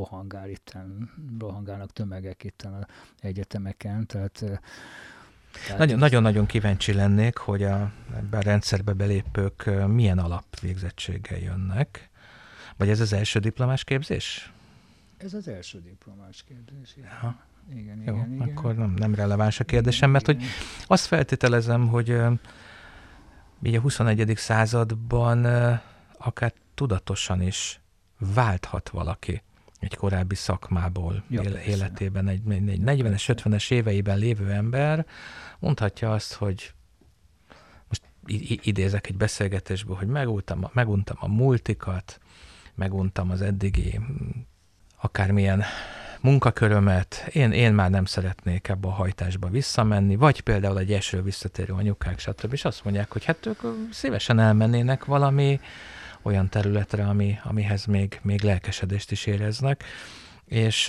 rohangálnak tömegek itt az egyetemeken, tehát
nagyon-nagyon kíváncsi lennék, hogy ebben a rendszerbe belépők milyen alapvégzettséggel jönnek. Vagy ez az első diplomás képzés?
Ez az első diplomás képzés. Igen.
Jó,
igen.
akkor nem releváns a kérdésem, mert hogy azt feltételezem, hogy így a 21. században akár tudatosan is válthat valaki egy korábbi szakmából életében. Egy 40-es, 50-es éveiben lévő ember mondhatja azt, hogy most idézek egy beszélgetésből, hogy meguntam a multikat, meguntam az eddigi akármilyen munkakörömet, én már nem szeretnék ebbe a hajtásba visszamenni, vagy például egy esről visszatérő anyukák, stb. És azt mondják, hogy hát ők szívesen elmennének valami olyan területre, amihez még lelkesedést is éreznek, és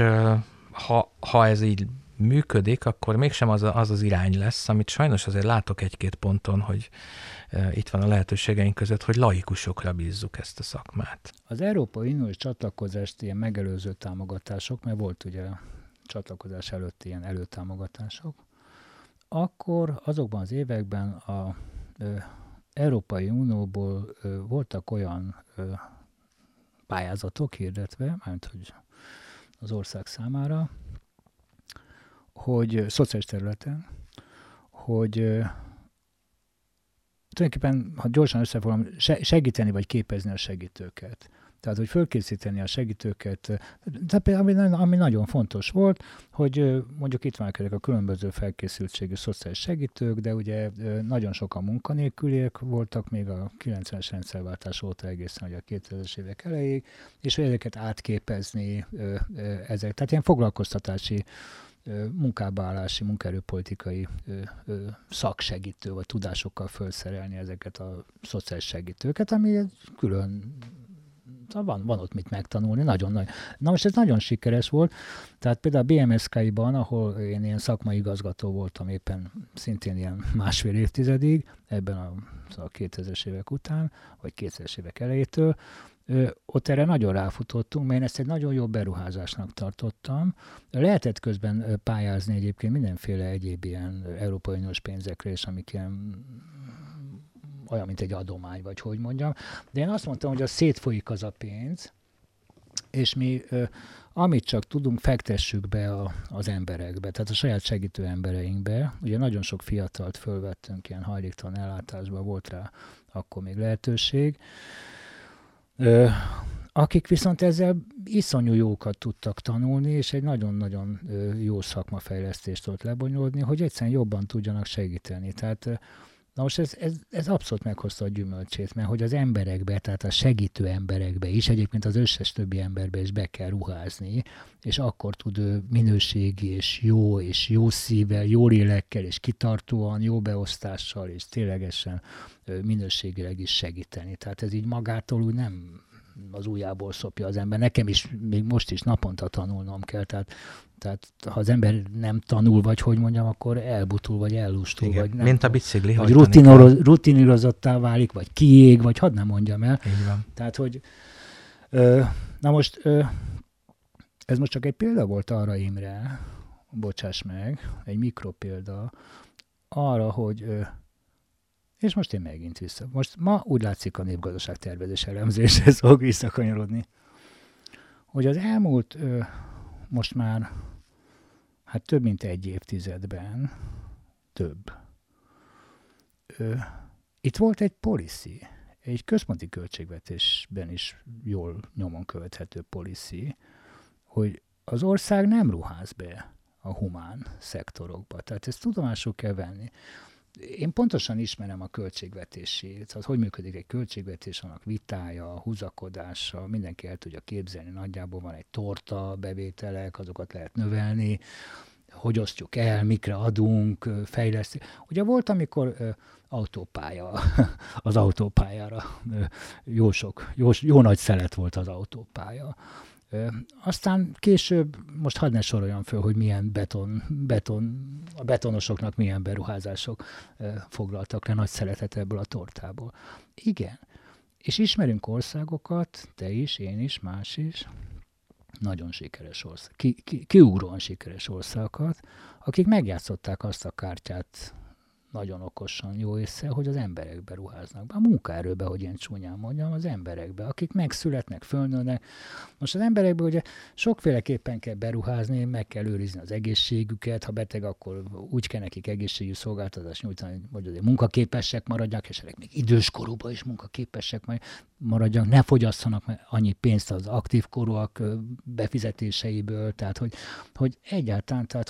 ha ez így működik, akkor mégsem az irány lesz, amit sajnos azért látok egy-két ponton, hogy itt van a lehetőségeink között, hogy laikusokra bízzuk ezt a szakmát.
Az Európai Uniós csatlakozást ilyen megelőző támogatások, mert volt ugye a csatlakozás előtt ilyen előtámogatások, akkor azokban az években az Európai Unióból voltak olyan pályázatok hirdetve, mármint hogy az ország számára, hogy szociális területen, hogy tulajdonképpen, ha gyorsan összefoglalom, segíteni vagy képezni a segítőket. Tehát, hogy fölkészíteni a segítőket, ami nagyon fontos volt, hogy mondjuk itt vannak ezek a különböző felkészültségű szociális segítők, de ugye nagyon sokan munkanélküliek voltak még a 90-es rendszerváltás óta egészen ugye a 2000-es évek elejéig, és hogy ezeket átképezni, tehát ilyen foglalkoztatási munkábaállási, munkaerőpolitikai szaksegítő vagy tudásokkal felszerelni ezeket a szociális segítőket, ami külön, van ott mit megtanulni, nagyon nagy. Na most ez nagyon sikeres volt, tehát például a BMSK-ban, ahol én ilyen szakmai igazgató voltam éppen szintén ilyen másfél évtizedig, ebben a 2000-es évek után, vagy 2000-es évek elejétől, ott erre nagyon ráfutottunk, mert én ezt egy nagyon jó beruházásnak tartottam. Lehetett közben pályázni egyébként mindenféle egyéb ilyen Európai Uniós pénzekre, és amik ilyen olyan, mint egy adomány, vagy hogy mondjam. De én azt mondtam, hogy az szétfolyik az a pénz, és mi amit csak tudunk, fektessük be az emberekbe, tehát a saját segítő embereinkbe. Ugye nagyon sok fiatalt fölvettünk, ilyen hajléktalan ellátásba, volt rá akkor még lehetőség. Akik viszont ezzel iszonyú jókat tudtak tanulni, és egy nagyon-nagyon jó szakmafejlesztést ott lebonyolódni, hogy egyszerűen jobban tudjanak segíteni. Tehát na most ez abszolút meghozta a gyümölcsét, mert hogy az emberekbe, tehát a segítő emberekbe is, egyébként az összes többi emberbe is be kell ruházni, és akkor tud ő minőségi és jó szívvel, jó lélekkel, és kitartóan, jó beosztással, és ténylegesen minőségileg is segíteni. Tehát ez így magától úgy nem az ujjából szopja az ember. Nekem is még most is naponta tanulnom kell, tehát ha az ember nem tanul, vagy hogy mondjam, akkor elbutul, vagy ellustul.
Igen,
vagy nem,
mint a bicikli.
Vagy rutinírozottá válik, vagy kiég, vagy hadd nem mondjam el.
Így van.
Tehát, hogy na most ez most csak egy példa volt arra, Imre, bocsáss meg, egy mikropélda arra, hogy és most én megint vissza. Most ma úgy látszik a népgazdaság tervezés elemzéshez fog visszakanyarodni, hogy az elmúlt most már hát több mint egy évtizedben több. Itt volt egy policy, egy központi költségvetésben is jól nyomon követhető policy, hogy az ország nem ruház be a humán szektorokba. Tehát ezt tudomásul kell venni. Én pontosan ismerem a költségvetését, az hogy működik egy költségvetés, annak vitája, húzakodása, mindenki el tudja képzelni, nagyjából van egy torta, bevételek, azokat lehet növelni, hogy osztjuk el, mikre adunk, fejlesztünk. Ugye volt, amikor autópálya, az autópályára jó nagy szelet volt az autópálya. Aztán később, most hadd ne soroljam föl, hogy milyen a betonosoknak milyen beruházások foglaltak le nagy szeletet ebből a tortából. Igen. És ismerünk országokat, te is, én is, más is, nagyon sikeres ország, kiugróan sikeres országokat, akik megjátszották azt a kártyát nagyon okosan, jó észre, hogy az emberekbe ruháznak be. A munkaerőbe, hogy én csúnyán mondjam, az emberekbe, akik megszületnek, fölnőnek. Most az emberekbe ugye sokféleképpen kell beruházni, meg kell őrizni az egészségüket, ha beteg, akkor úgy kell nekik egészségügyi szolgáltatást nyújtani, hogy azért munkaképesek maradjanak, és még időskorúban is munkaképesek maradjanak, ne fogyasszanak annyi pénzt az aktív korúak befizetéseiből, tehát hogy egyáltalán, tehát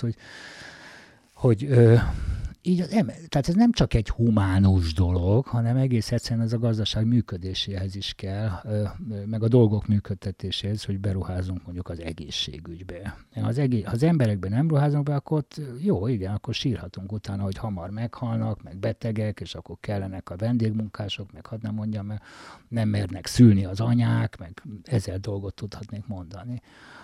hogy így tehát ez nem csak egy humánus dolog, hanem egész egyszerűen ez a gazdaság működéséhez is kell, meg a dolgok működtetéséhez, hogy beruházunk mondjuk az egészségügybe. Ha az emberekben nem ruházunk be, akkor jó, igen, akkor sírhatunk utána, hogy hamar meghalnak, meg betegek, és akkor kellenek a vendégmunkások, meg hadd nem mondjam, mert nem mernek szülni az anyák, meg 1000 dolgot tudhatnék mondani.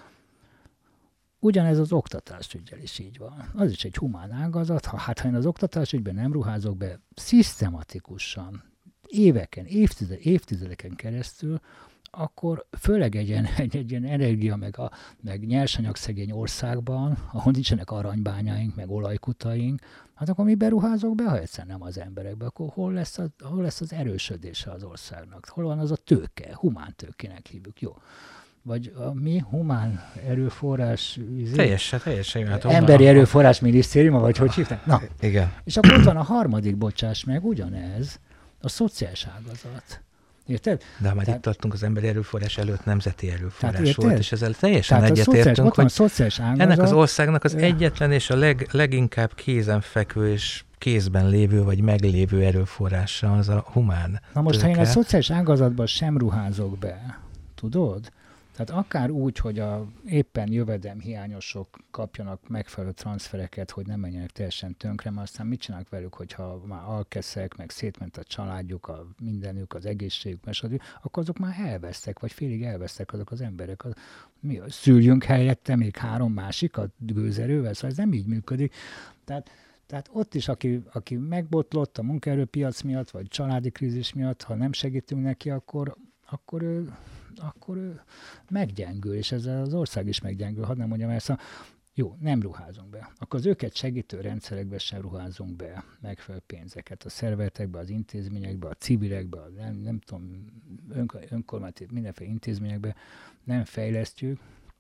Ugyanez az oktatásüggyel is így van. Az is egy humán ágazat, ha én az oktatásügyben nem ruházok be szisztematikusan, éveken, évtizedeken keresztül, akkor főleg egy ilyen energia, meg nyersanyagszegény országban, ahol nincsenek aranybányáink, meg olajkutaink, hát akkor mi beruházok be, ha egyszer nem az emberekbe, akkor hol lesz az erősödése az országnak? Hol van az a tőke? Humán tőkének hívjuk, jó. Vagy a mi humán erőforrás...
Teljesen. Hát
emberi erőforrás minisztériuma, vagy hogy hívták? Na.
Igen.
És akkor ott van a harmadik, bocsáss meg, ugyanez, a szociális ágazat. Érted?
De már itt tartunk, az emberi erőforrás előtt nemzeti erőforrás
volt,
és ezzel teljesen egyetértünk, hogy ennek az országnak az egyetlen és a leginkább kézenfekvő és kézben lévő vagy meglévő erőforrása az a humán
Na most,
tőke.
Ha én a szociális ágazatban sem ruházok be, tudod? Tehát akár úgy, hogy éppen jövedelemhiányosok kapjanak megfelelő transfereket, hogy nem menjenek teljesen tönkre, mert aztán mit csinálnak velük, hogyha már alkeszek, meg szétment a családjuk, a mindenük, az egészségük, akkor azok már elvesztek, vagy félig elvesztek azok az emberek. Szüljünk helyette még 3 másikat gőzerővel, szóval ez nem így működik. Tehát ott is, aki megbotlott a munkaerőpiac miatt, vagy családi krízis miatt, ha nem segítünk neki, akkor ő meggyengül, és ezzel az ország is meggyengül, hadd nem mondjam el, szóval jó, nem ruházunk be. Akkor az őket segítő rendszerekbe sem ruházunk be megfelelő pénzeket. A szervezetekbe, az intézményekbe, a civilekbe, nem tudom, önkormányzati mindenféle intézményekbe nem fejlesztjük.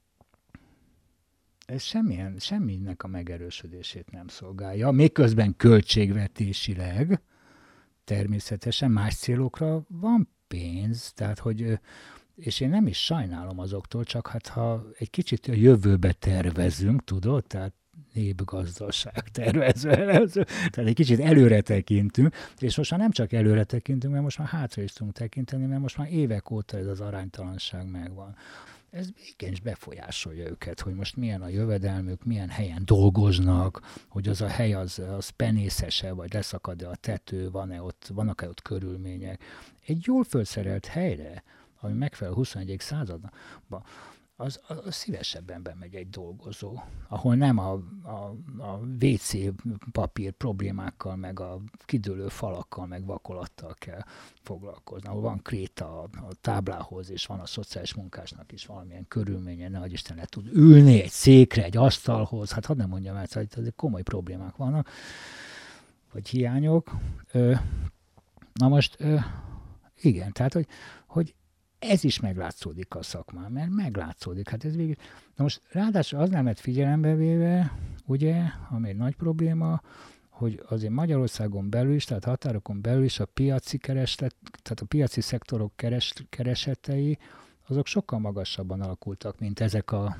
Ez semminek a megerősödését nem szolgálja. Miközben költségvetésileg természetesen más célokra van pénz, tehát hogy és én nem is sajnálom azoktól, csak hát ha egy kicsit a jövőbe tervezünk, tudod, tehát népgazdaság tervezve, tehát egy kicsit előre tekintünk, és most már nem csak előre tekintünk, mert most már hátra is tudunk tekinteni, mert most már évek óta ez az aránytalanság megvan. Ez igenis befolyásolja őket, hogy most milyen a jövedelmük, milyen helyen dolgoznak, hogy az a hely az penészese, vagy leszakad-e a tető, vannak-e ott körülmények. Egy jól fölszerelt helyre, ami megfelel a 21. században, az szívesebben bemegy egy dolgozó, ahol nem a WC papír problémákkal, meg a kidőlő falakkal, meg vakolattal kell foglalkozni, ahol van kréta a táblához, és van a szociális munkásnak is valamilyen körülménye, nehogy Isten le tud ülni egy székre, egy asztalhoz, hát hadd nem mondjam el, hogy azért komoly problémák vannak, vagy hiányok. Na most, igen, tehát, hogy ez is meglátszódik a szakmán, mert meglátszódik. Hát ez végül. Na most ráadásul az nem lett figyelembe véve, ugye, ami egy nagy probléma, hogy azért Magyarországon belül is, tehát határokon belül is a piaci kereslet, tehát a piaci szektorok keresetei, azok sokkal magasabban alakultak, mint ezek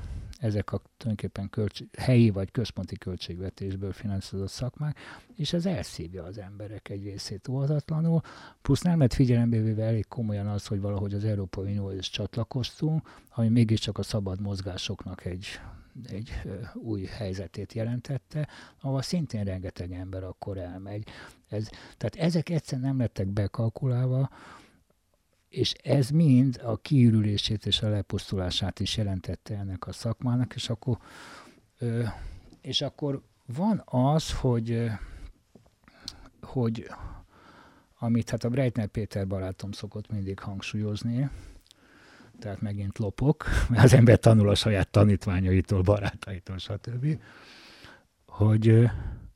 ezek a tulajdonképpen helyi vagy központi költségvetésből finanszírozott szakmák, és ez elszívja az emberek egy részét óhatatlanul, plusz nem lett figyelembe véve elég komolyan az, hogy valahogy az Európai Unióhoz csatlakoztunk, ami mégiscsak a szabad mozgásoknak egy új helyzetét jelentette, ahol szintén rengeteg ember akkor elmegy. Tehát ezek egyszerűen nem lettek bekalkulálva, és ez mind a kiürülését és a lepusztulását is jelentette ennek a szakmának, és akkor van az, hogy amit hát a Breitner Péter barátom szokott mindig hangsúlyozni, tehát megint lopok, mert az ember tanul a saját tanítványaitól, barátaitól, stb., hogy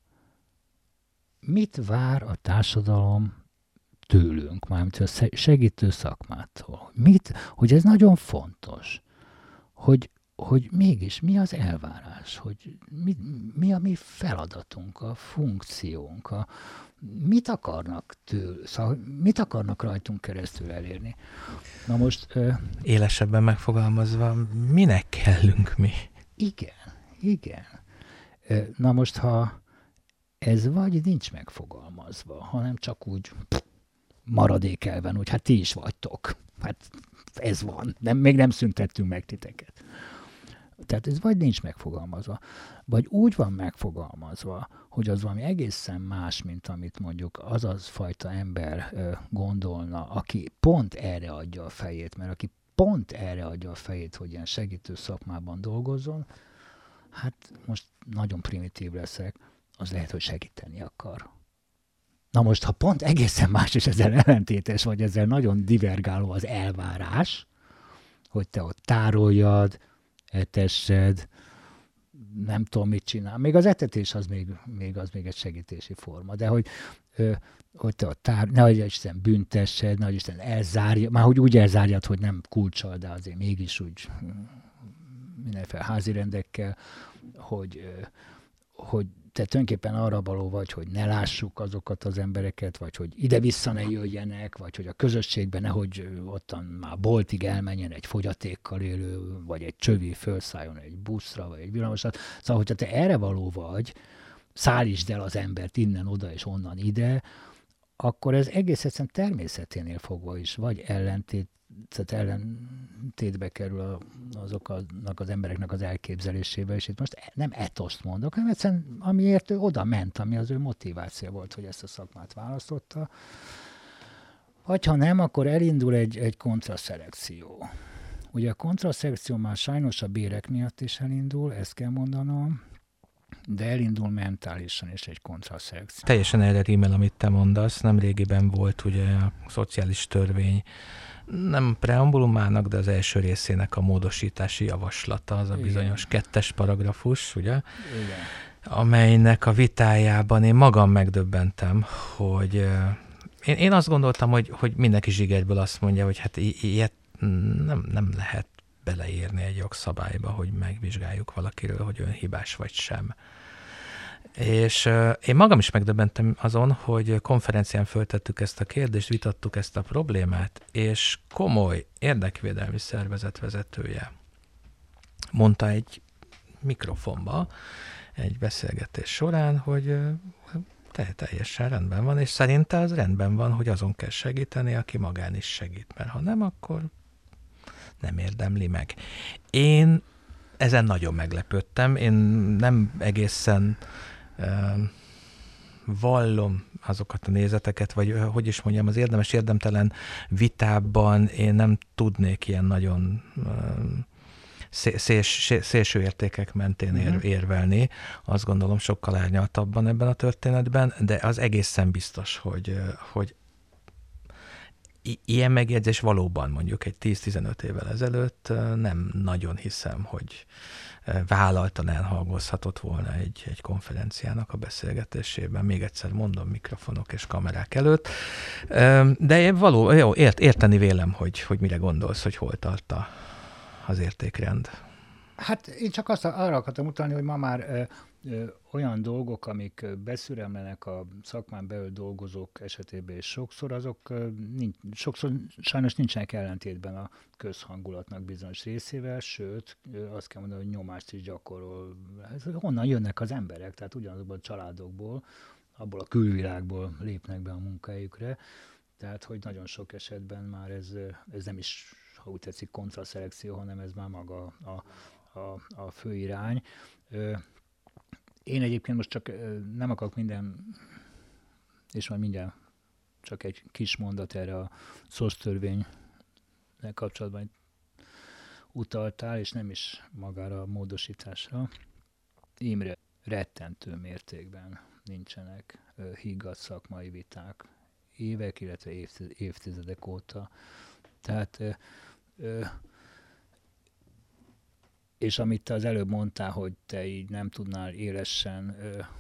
mit vár a társadalom tőlünk, mármint a segítő szakmától. Hogy ez nagyon fontos, hogy mégis mi az elvárás, hogy mi a mi feladatunk, a funkciónk, mit akarnak szóval mit akarnak rajtunk keresztül elérni. Na most...
Élesebben megfogalmazva, minek kellünk mi?
Igen. Na most, ha ez vagy nincs megfogalmazva, hanem csak úgy maradékelven, úgy hát ti is vagytok. Hát ez van. Még nem szüntettünk meg titeket. Tehát ez vagy nincs megfogalmazva, vagy úgy van megfogalmazva, hogy az valami egészen más, mint amit mondjuk az fajta ember gondolna, aki pont erre adja a fejét, mert aki pont erre adja a fejét, hogy ilyen segítő szakmában dolgozzon, hát most nagyon primitív leszek, az lehet, hogy segíteni akar. Na most, ha pont egészen más, és ezzel ellentétes, vagy ezzel nagyon divergáló az elvárás, hogy te ott tároljad, etessed, nem tudom, mit csinál. Még az etetés az még egy segítési forma, de hogy te ott nehogy Isten büntessed, nehogy Isten elzárja, már hogy úgy elzárjad, hogy nem kulccsal, de azért mégis úgy mindenféle házi rendekkel, hogy te tulajdonképpen arra való vagy, hogy ne lássuk azokat az embereket, vagy hogy ide-vissza ne jöjjenek, vagy hogy a közösségben nehogy ottan már boltig elmenjen egy fogyatékkal élő, vagy egy csövi felszálljon egy buszra, vagy egy villamosra. Szóval, hogyha te erre való vagy, szállítsd el az embert innen oda és onnan ide, akkor ez egész egyszerűen természeténél fogva is, vagy ellentétbe kerül azoknak az embereknek az elképzelésével, és itt most nem etoszt mondok, hanem egyszerűen amiért ő oda ment, ami az ő motiváció volt, hogy ezt a szakmát választotta. Vagy ha nem, akkor elindul egy kontraszelekció. Ugye a kontraszelekció már sajnos a bérek miatt is elindul, ezt kell mondanom, de elindul mentálisan is egy kontraszelekció.
Teljesen erre rímel, amit te mondasz. Nemrégiben volt ugye a szociális törvény, nem preambulumának, de az első részének a módosítási javaslata, az a bizonyos 2. paragrafus, ugye?
Igen.
Amelynek a vitájában én magam megdöbbentem, hogy én azt gondoltam, hogy mindenki zsigerből azt mondja, hogy hát ilyet nem lehet beleírni egy jogszabályba, hogy megvizsgáljuk valakiről, hogy önhibás vagy sem. És én magam is megdöbbentem azon, hogy konferencián föltettük ezt a kérdést, vitattuk ezt a problémát, és komoly érdekvédelmi szervezet vezetője mondta egy mikrofonba, egy beszélgetés során, hogy teljesen rendben van, és szerinte az rendben van, hogy azon kell segíteni, aki magán is segít, mert ha nem, akkor nem érdemli meg. Én ezen nagyon meglepődtem, én nem egészen vallom azokat a nézeteket, vagy hogy is mondjam, az érdemes-érdemtelen vitában én nem tudnék ilyen nagyon szélső értékek mentén érvelni. Azt gondolom sokkal árnyaltabban ebben a történetben, de az egészen biztos, hogy ilyen megjegyzés valóban mondjuk egy 10-15 évvel ezelőtt nem nagyon hiszem, hogy vállaltan elhangozhatott volna egy konferenciának a beszélgetésében. Még egyszer mondom, mikrofonok és kamerák előtt. De jó, érteni vélem, hogy mire gondolsz, hogy hol tart az értékrend.
Hát én csak arra akartam utalni, hogy ma már olyan dolgok, amik beszüremlenek a szakmán belül dolgozók esetében, és sokszor sajnos nincsenek ellentétben a közhangulatnak bizonyos részével, sőt, azt kell mondani, hogy nyomást is gyakorol. Honnan jönnek az emberek? Tehát ugyanazokból a családokból, abból a külvilágból lépnek be a munkahelyükre. Tehát, hogy nagyon sok esetben már ez nem is, ha úgy tetszik, kontraszelekció, hanem ez már maga a fő irány. Én egyébként most csak nem akarok és majd mindjárt csak egy kis mondat erre a SZOSZ törvénynek kapcsolatban utaltál, és nem is magára a módosításra. Imre, rettentő mértékben nincsenek higgadt szakmai viták évek, illetve évtizedek óta. Tehát és amit te az előbb mondtál, hogy te így nem tudnál élesen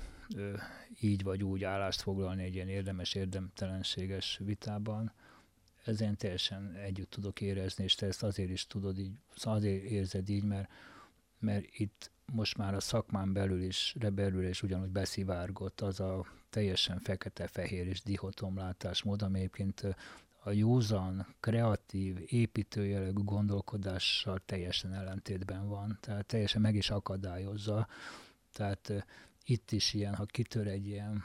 így vagy úgy állást foglalni egy ilyen érdemtelenséges vitában, ezen teljesen együtt tudok érezni, és te ezt azért is tudod így, azért érzed így, mert itt most már a szakmán belül is ugyanúgy beszivárgott az a teljesen fekete-fehér és dihotomlátásmód, ami egyébként a józan, kreatív, építőjellegű gondolkodással teljesen ellentétben van, tehát teljesen meg is akadályozza. Tehát itt is ilyen, ha kitör egy ilyen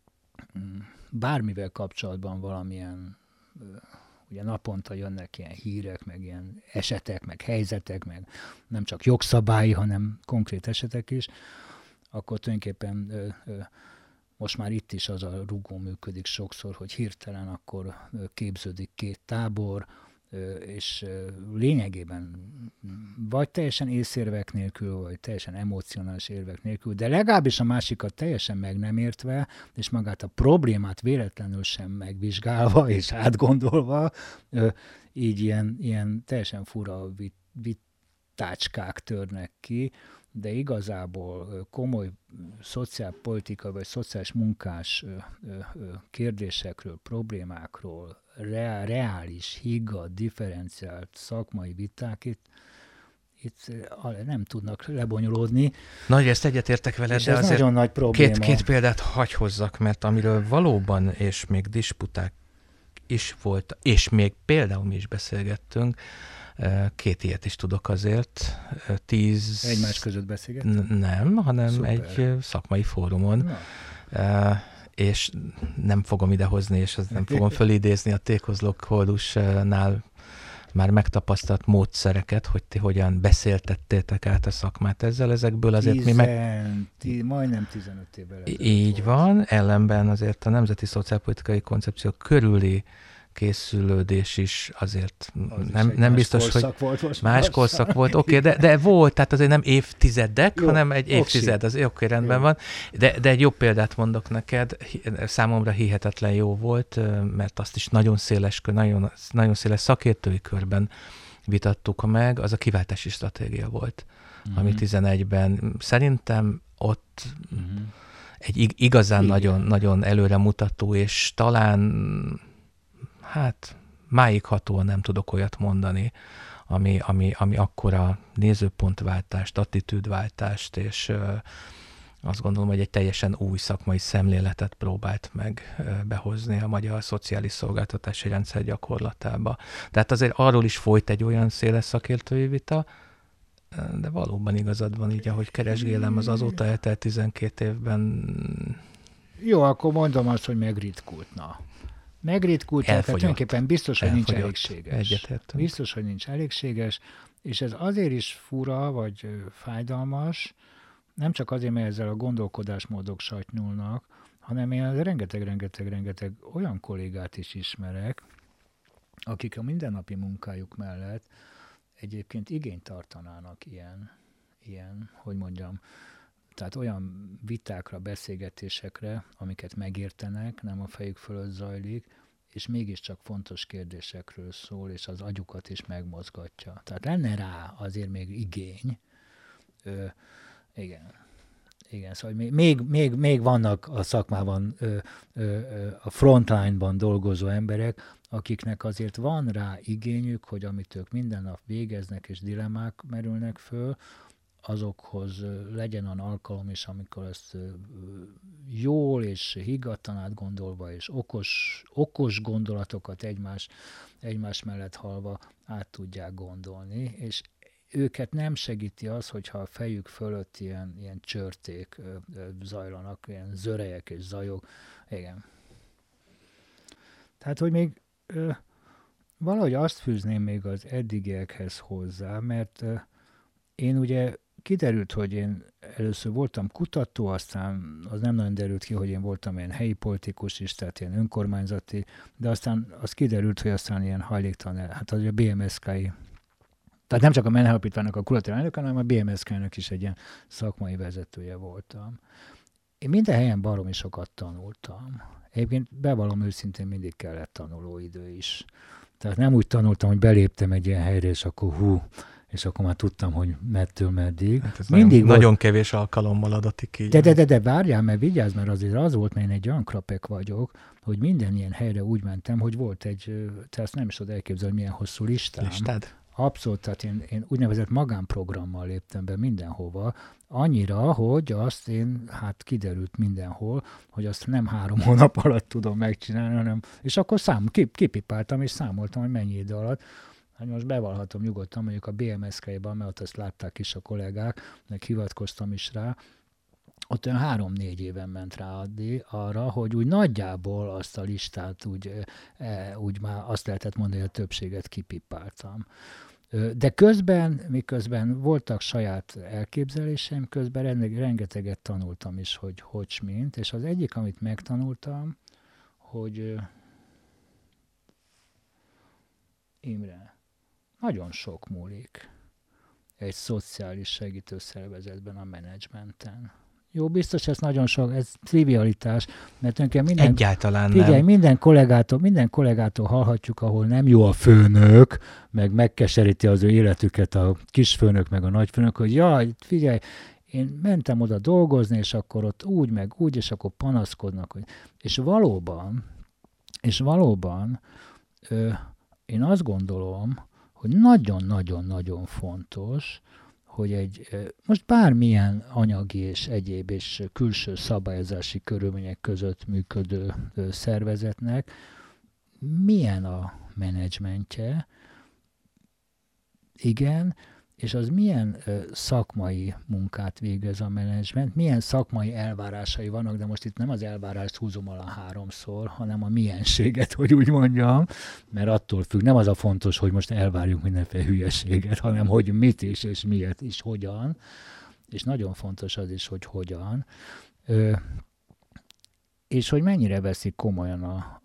bármivel kapcsolatban valamilyen, ugye naponta jönnek ilyen hírek, meg ilyen esetek, meg helyzetek, meg nem csak jogszabályi, hanem konkrét esetek is, akkor tulajdonképpen most már itt is az a rugó működik sokszor, hogy hirtelen akkor képződik két tábor, és lényegében vagy teljesen észérvek nélkül, vagy teljesen emocionális érvek nélkül, de legalábbis a másikat teljesen meg nem értve, és magát a problémát véletlenül sem megvizsgálva és átgondolva, így ilyen teljesen fura vitácskák törnek ki, de igazából komoly szociálpolitika vagy szociális munkás kérdésekről, problémákról, reális, higgadt, differenciált szakmai viták itt nem tudnak lebonyolódni.
Nagy, ezt egyetértek veled, de azért
nagyon nagy probléma.
Két példát hagy hozzak, mert amiről valóban, és még disputák is volt, és még például mi is beszélgettünk, 2 ilyet is tudok azért. 10...
Egymás között beszélgettünk?
Nem, hanem
Szuper.
egy szakmai fórumon. És nem fogom idehozni, és nem fogom fölidézni a Tékozlók Koldusnál már megtapasztalt módszereket, hogy ti hogyan beszéltettétek át a szakmát ezzel. Ezekből azért
majdnem 15 évvel ezelőtt.
Így van, ellenben azért a nemzeti szociálpolitikai koncepció körüli készülődés is azért nem biztos, hogy más korszak volt, oké, de volt, tehát azért nem évtizedek, jó, hanem egy évtized, az oké, rendben van. De egy jobb példát mondok neked, számomra hihetetlen jó volt, mert azt is nagyon széles szakértői körben vitattuk meg, az a kiváltási stratégia volt, ami 11-ben szerintem ott egy igazán nagyon előremutató, és talán máighatóan nem tudok olyat mondani, ami akkora nézőpontváltást, attitűdváltást, és azt gondolom, hogy egy teljesen új szakmai szemléletet próbált meg behozni a magyar szociális szolgáltatási rendszer gyakorlatába. Tehát azért arról is folyt egy olyan széles szakértői vita, de valóban igazad van, így ahogy keresgélem az azóta eltelt 12 évben.
Jó, akkor mondom azt, hogy megritkult, tehát tulajdonképpen biztos, hogy nincs elégséges.
Egyetértünk.
Biztos, hogy nincs elégséges, és ez azért is fura, vagy fájdalmas, nem csak azért, mert ezzel a gondolkodásmódok satnyulnak, hanem én rengeteg olyan kollégát is ismerek, akik a mindennapi munkájuk mellett egyébként igényt tartanának ilyen, hogy mondjam, tehát olyan vitákra, beszélgetésekre, amiket megértenek, nem a fejük fölött zajlik, és mégiscsak fontos kérdésekről szól, és az agyukat is megmozgatja. Tehát lenne rá azért még igény. Igen, szóval még vannak a szakmában, a frontline-ban dolgozó emberek, akiknek azért van rá igényük, hogy amit ők minden nap végeznek, és dilemmák merülnek föl, azokhoz legyen olyan alkalom is, amikor ezt jól és higgadtan átgondolva, és okos gondolatokat egymás mellett halva át tudják gondolni, és őket nem segíti az, hogyha a fejük fölött ilyen csörték zajlanak, ilyen zörejek és zajok. Igen. Tehát, hogy még valahogy azt fűzném még az eddigiekhez hozzá, mert én ugye kiderült, hogy én először voltam kutató, aztán az nem nagyon derült ki, hogy én voltam ilyen helyi politikus is, tehát ilyen önkormányzati, de aztán az kiderült, hogy aztán ilyen hajléktalan, hát az a BMSK-i, tehát nem csak a Menhe Alapítványnak a kuratórium elnöke, hanem a BMSK-nek is egy ilyen szakmai vezetője voltam. Én minden helyen baromi sokat tanultam. Egyébként bevallom őszintén, mindig kellett tanulóidő is. Tehát nem úgy tanultam, hogy beléptem egy ilyen helyre, és akkor és akkor már tudtam, hogy mettől meddig.
Hát ez nagyon kevés alkalommal adatik így.
De várjál, mert vigyázz, mert azért az volt, mert én egy olyan krapek vagyok, hogy minden ilyen helyre úgy mentem, hogy volt te azt nem is tudod elképzelni, hogy milyen hosszú listám.
Listád?
Abszolút, tehát én úgynevezett magánprogrammal léptem be mindenhova, annyira, hogy azt kiderült mindenhol, hogy azt nem 3 hónap alatt tudom megcsinálni, hanem, és akkor kipipáltam, és számoltam, hogy mennyi idő alatt. Hát most bevallhatom nyugodtan, mondjuk a BMSK-ban, mert ott azt látták is a kollégák, meg hivatkoztam is rá, ott olyan 3-4 éven ment rá arra, hogy úgy nagyjából azt a listát úgy már azt lehetett mondani, hogy a többséget kipipáltam. De miközben voltak saját elképzeléseim, közben rengeteget tanultam is, hogy mint, és az egyik, amit megtanultam, hogy Imre, nagyon sok múlik egy szociális segítőszervezetben a menedzsmenten. Jó, biztos ez nagyon sok, ez trivialitás, mert
egyáltalán
nem. Minden kollégától hallhatjuk, ahol nem jó a főnök, meg megkeseríti az ő életüket a kisfőnök, meg a nagyfőnök, hogy jaj, figyelj, én mentem oda dolgozni, és akkor ott úgy, meg úgy, és akkor panaszkodnak. És valóban én azt gondolom, hogy nagyon-nagyon-nagyon fontos, hogy most bármilyen anyagi és egyéb és külső szabályozási körülmények között működő szervezetnek milyen a menedzsmentje, igen, és az milyen szakmai munkát végez a menedzsment, milyen szakmai elvárásai vannak, de most itt nem az elvárást húzom alá 3-szor, hanem a mienséget, hogy úgy mondjam, mert attól függ, nem az a fontos, hogy most elvárjunk mindenféle hülyeséget, hanem hogy mit is, és miért is, hogyan, és nagyon fontos az is, hogy hogyan, és hogy mennyire veszik komolyan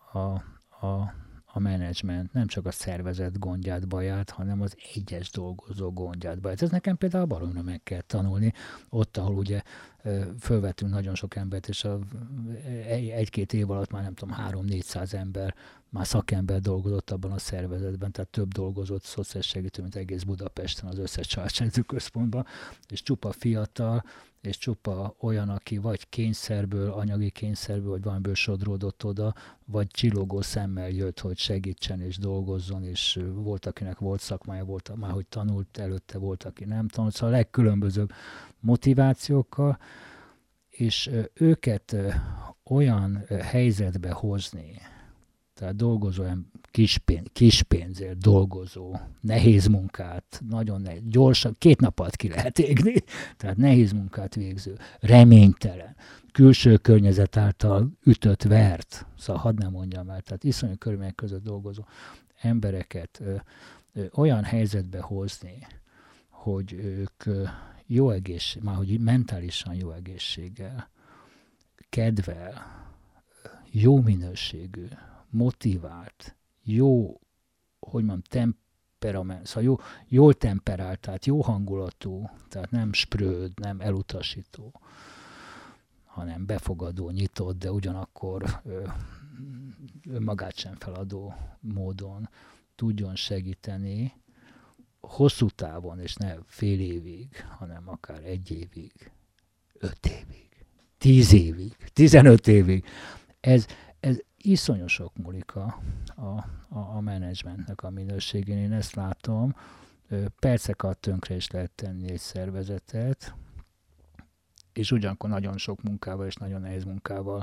a menedzsment, nem csak a szervezet gondját, baját, hanem az egyes dolgozó gondját, baját. Ez nekem például baromra meg kell tanulni, ott, ahol ugye fölvettünk nagyon sok embert, és 1-2 év alatt már nem tudom, 300-400 ember, már szakember dolgozott abban a szervezetben, tehát több dolgozott szociális segítő, mint egész Budapesten az összes családsegítő központban, és csupa fiatal, és csupa olyan, aki vagy kényszerből, anyagi kényszerből, vagy valamiből sodródott oda, vagy csillogó szemmel jött, hogy segítsen és dolgozzon, és volt, akinek volt szakmája, volt már, hogy tanult előtte, volt, aki nem tanult, szóval a legkülönbözőbb motivációkkal, és őket olyan helyzetbe hozni, tehát dolgozó, kis pénzért dolgozó, nehéz munkát, nagyon nehéz, gyorsan, 2 nap alatt ki lehet égni, tehát nehéz munkát végző, reménytelen, külső környezet által ütött, vert, szóval hadd nem mondjam el, tehát iszonyú körülmények között dolgozó embereket olyan helyzetbe hozni, hogy ők jó egészség, már hogy mentálisan jó egészséggel, kedvel, jó minőségű, motivált, jó, hogy mondjam, temperament, szóval jól temperált, tehát jó hangulatú, tehát nem spröd, nem elutasító, hanem befogadó, nyitott, de ugyanakkor önmagát sem feladó módon tudjon segíteni hosszú távon, és ne fél évig, hanem akár 1 évig, 5 évig, 10 évig, 15 évig. Ez iszonyú sok múlik a menedzsmentnek a minőségén, én ezt látom, percek alatt tönkre is lehet tenni egy szervezetet, és ugyanakkor nagyon sok munkával és nagyon nehéz munkával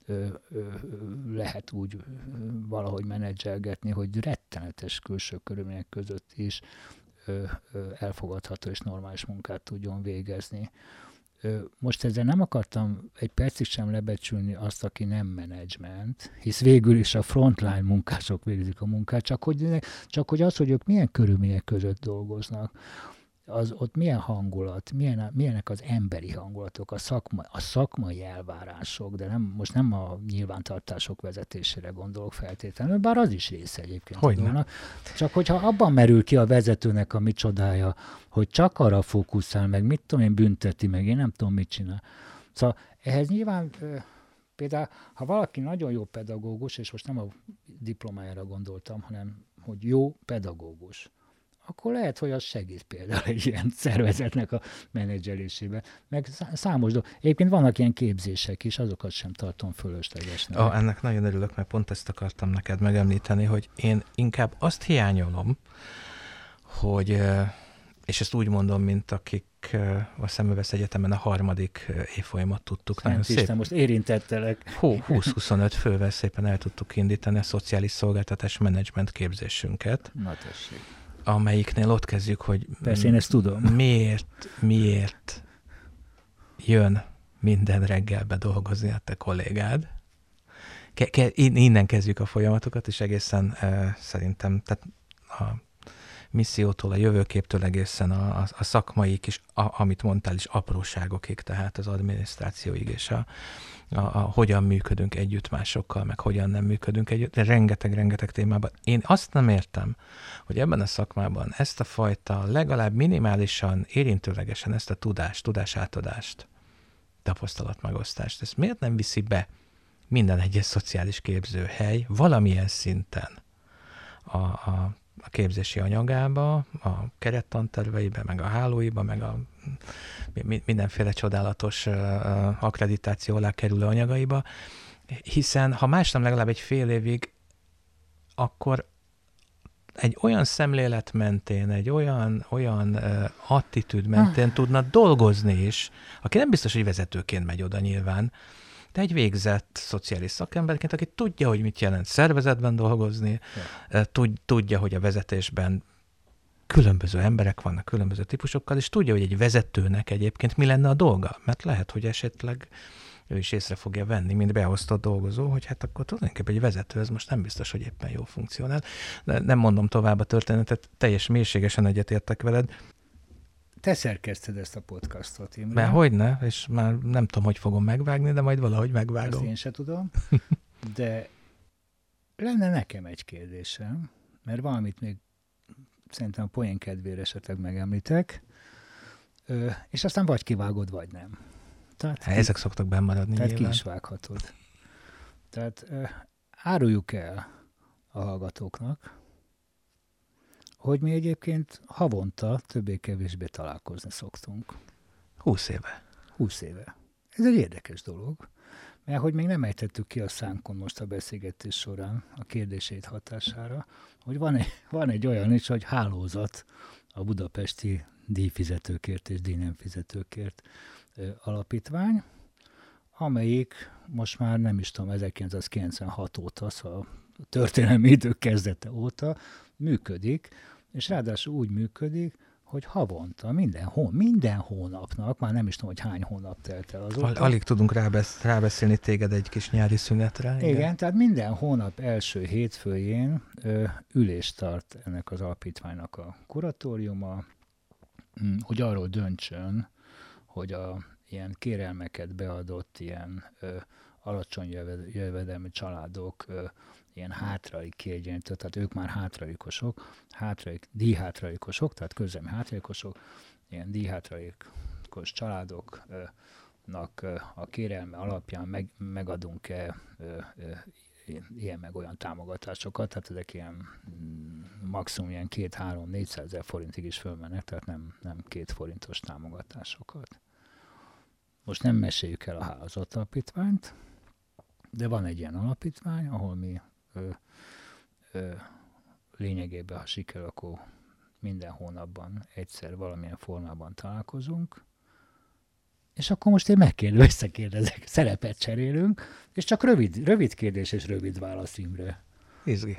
lehet úgy valahogy menedzselgetni, hogy rettenetes külső körülmények között is elfogadható és normális munkát tudjon végezni. Most ezzel nem akartam egy percig sem lebecsülni azt, aki nem menedzsment, hisz végül is a frontline munkások végzik a munkát, csak hogy az, hogy ők milyen körülmények között dolgoznak, ott milyen hangulat, milyenek az emberi hangulatok, a szakmai elvárások, de most nem a nyilvántartások vezetésére gondolok feltétlenül, bár az is része egyébként. Hogyne. Csak hogyha abban merül ki a vezetőnek a micsodája, hogy csak arra fókuszál, meg mit tudom én, bünteti, meg én nem tudom mit csinál. Szóval ehhez nyilván például, ha valaki nagyon jó pedagógus, és most nem a diplomájára gondoltam, hanem hogy jó pedagógus, akkor lehet, hogy az segít például egy ilyen szervezetnek a menedzselésében. Meg számos dolog. Egyébként vannak ilyen képzések is, azokat sem tartom fölöslegesnek.
Ennek nagyon örülök, mert pont ezt akartam neked megemlíteni, hogy én inkább azt hiányolom, hogy, és ezt úgy mondom, mint akik a Szemövesz Egyetemen a 3. évfolyamat tudtuk.
Szent Isten, most érintettelek.
20-25 fővel szépen el tudtuk indítani a szociális szolgáltatás menedzsment képzésünket.
Na tessék.
Amelyiknél ott kezdjük, hogy
persze, én ezt tudom.
Miért jön minden reggelbe dolgozni a te kollégád. Innen kezdjük a folyamatokat, és egészen szerintem tehát a missziótól, a jövőképtől egészen a szakmai kis, amit mondtál is, apróságokig, tehát az adminisztrációig, és a hogyan működünk együtt másokkal, meg hogyan nem működünk együtt, de rengeteg témában. Én azt nem értem, hogy ebben a szakmában ezt a fajta legalább minimálisan, érintőlegesen ezt a tudásátadást, tapasztalatmegosztást, ezt miért nem viszi be minden egyes szociális képzőhely valamilyen szinten a képzési anyagába, a kerettanterveibe, meg a hálóiba, meg a mindenféle csodálatos akkreditáció alá kerülő anyagaiba, hiszen ha más nem legalább egy fél évig, akkor egy olyan szemlélet mentén, egy olyan attitűd mentén tudna dolgozni is, aki nem biztos, hogy vezetőként megy oda nyilván, de egy végzett szociális szakemberként, aki tudja, hogy mit jelent szervezetben dolgozni, tudja, hogy a vezetésben különböző emberek vannak, különböző típusokkal, és tudja, hogy egy vezetőnek egyébként mi lenne a dolga. Mert lehet, hogy esetleg ő is észre fogja venni, mint beosztott dolgozó, hogy hát akkor tulajdonképpen egy vezető, ez most nem biztos, hogy éppen jól funkcionál. De nem mondom tovább a történetet, teljes mélységesen egyetértek veled.
Te szerkeszted ezt a podcastot, Imre.
Mert hogyne, és már nem tudom, hogy fogom megvágni, de majd valahogy megvágom.
Azt én se tudom, de lenne nekem egy kérdésem, mert valamit még szerintem a poén kedvére esetleg megemlítek, és aztán vagy kivágod, vagy nem. Tehát
ezek szoktak bennmaradni.
Tehát ki is vághatod. Tehát áruljuk el a hallgatóknak, hogy mi egyébként havonta többé-kevésbé találkozni szoktunk.
20 éve.
20 éve. Ez egy érdekes dolog, mert hogy még nem ejtettük ki a szánkon most a beszélgetés során a kérdését hatására, hogy van egy olyan is, hogy hálózat a budapesti díjfizetőkért és díjnemfizetőkért alapítvány, amelyik most már nem is tudom, 1996 óta, szóval a történelmi idők kezdete óta működik, és ráadásul úgy működik, hogy havonta, minden hónapnak, már nem is tudom, hogy hány hónap telt el azóta.
Alig tudunk rábeszélni téged egy kis nyári szünetre.
Igen, tehát minden hónap első hétfőjén ülést tart ennek az alapítványnak a kuratóriuma, hogy arról döntsön, hogy ilyen kérelmeket beadott ilyen alacsony jövedelmű családok ilyen hátralék kiegyenlített, tehát ők már hátralékosok, díjhátralékosok, tehát közemi hátralékosok, ilyen díjhátralékos családoknak a kérelme alapján megadunk-e ilyen meg olyan támogatásokat, tehát ezek ilyen maximum ilyen 2-3-400 ezer forintig is fölmennek, tehát nem 2 forintos támogatásokat. Most nem meséljük el a hálózatalapítványt, de van egy ilyen alapítvány, ahol mi lényegében, ha sikerül, akkor minden hónapban egyszer valamilyen formában találkozunk, és akkor most én összekérdezek, szerepet cserélünk, és csak rövid kérdés és rövid válasz, Imre.
Izgi.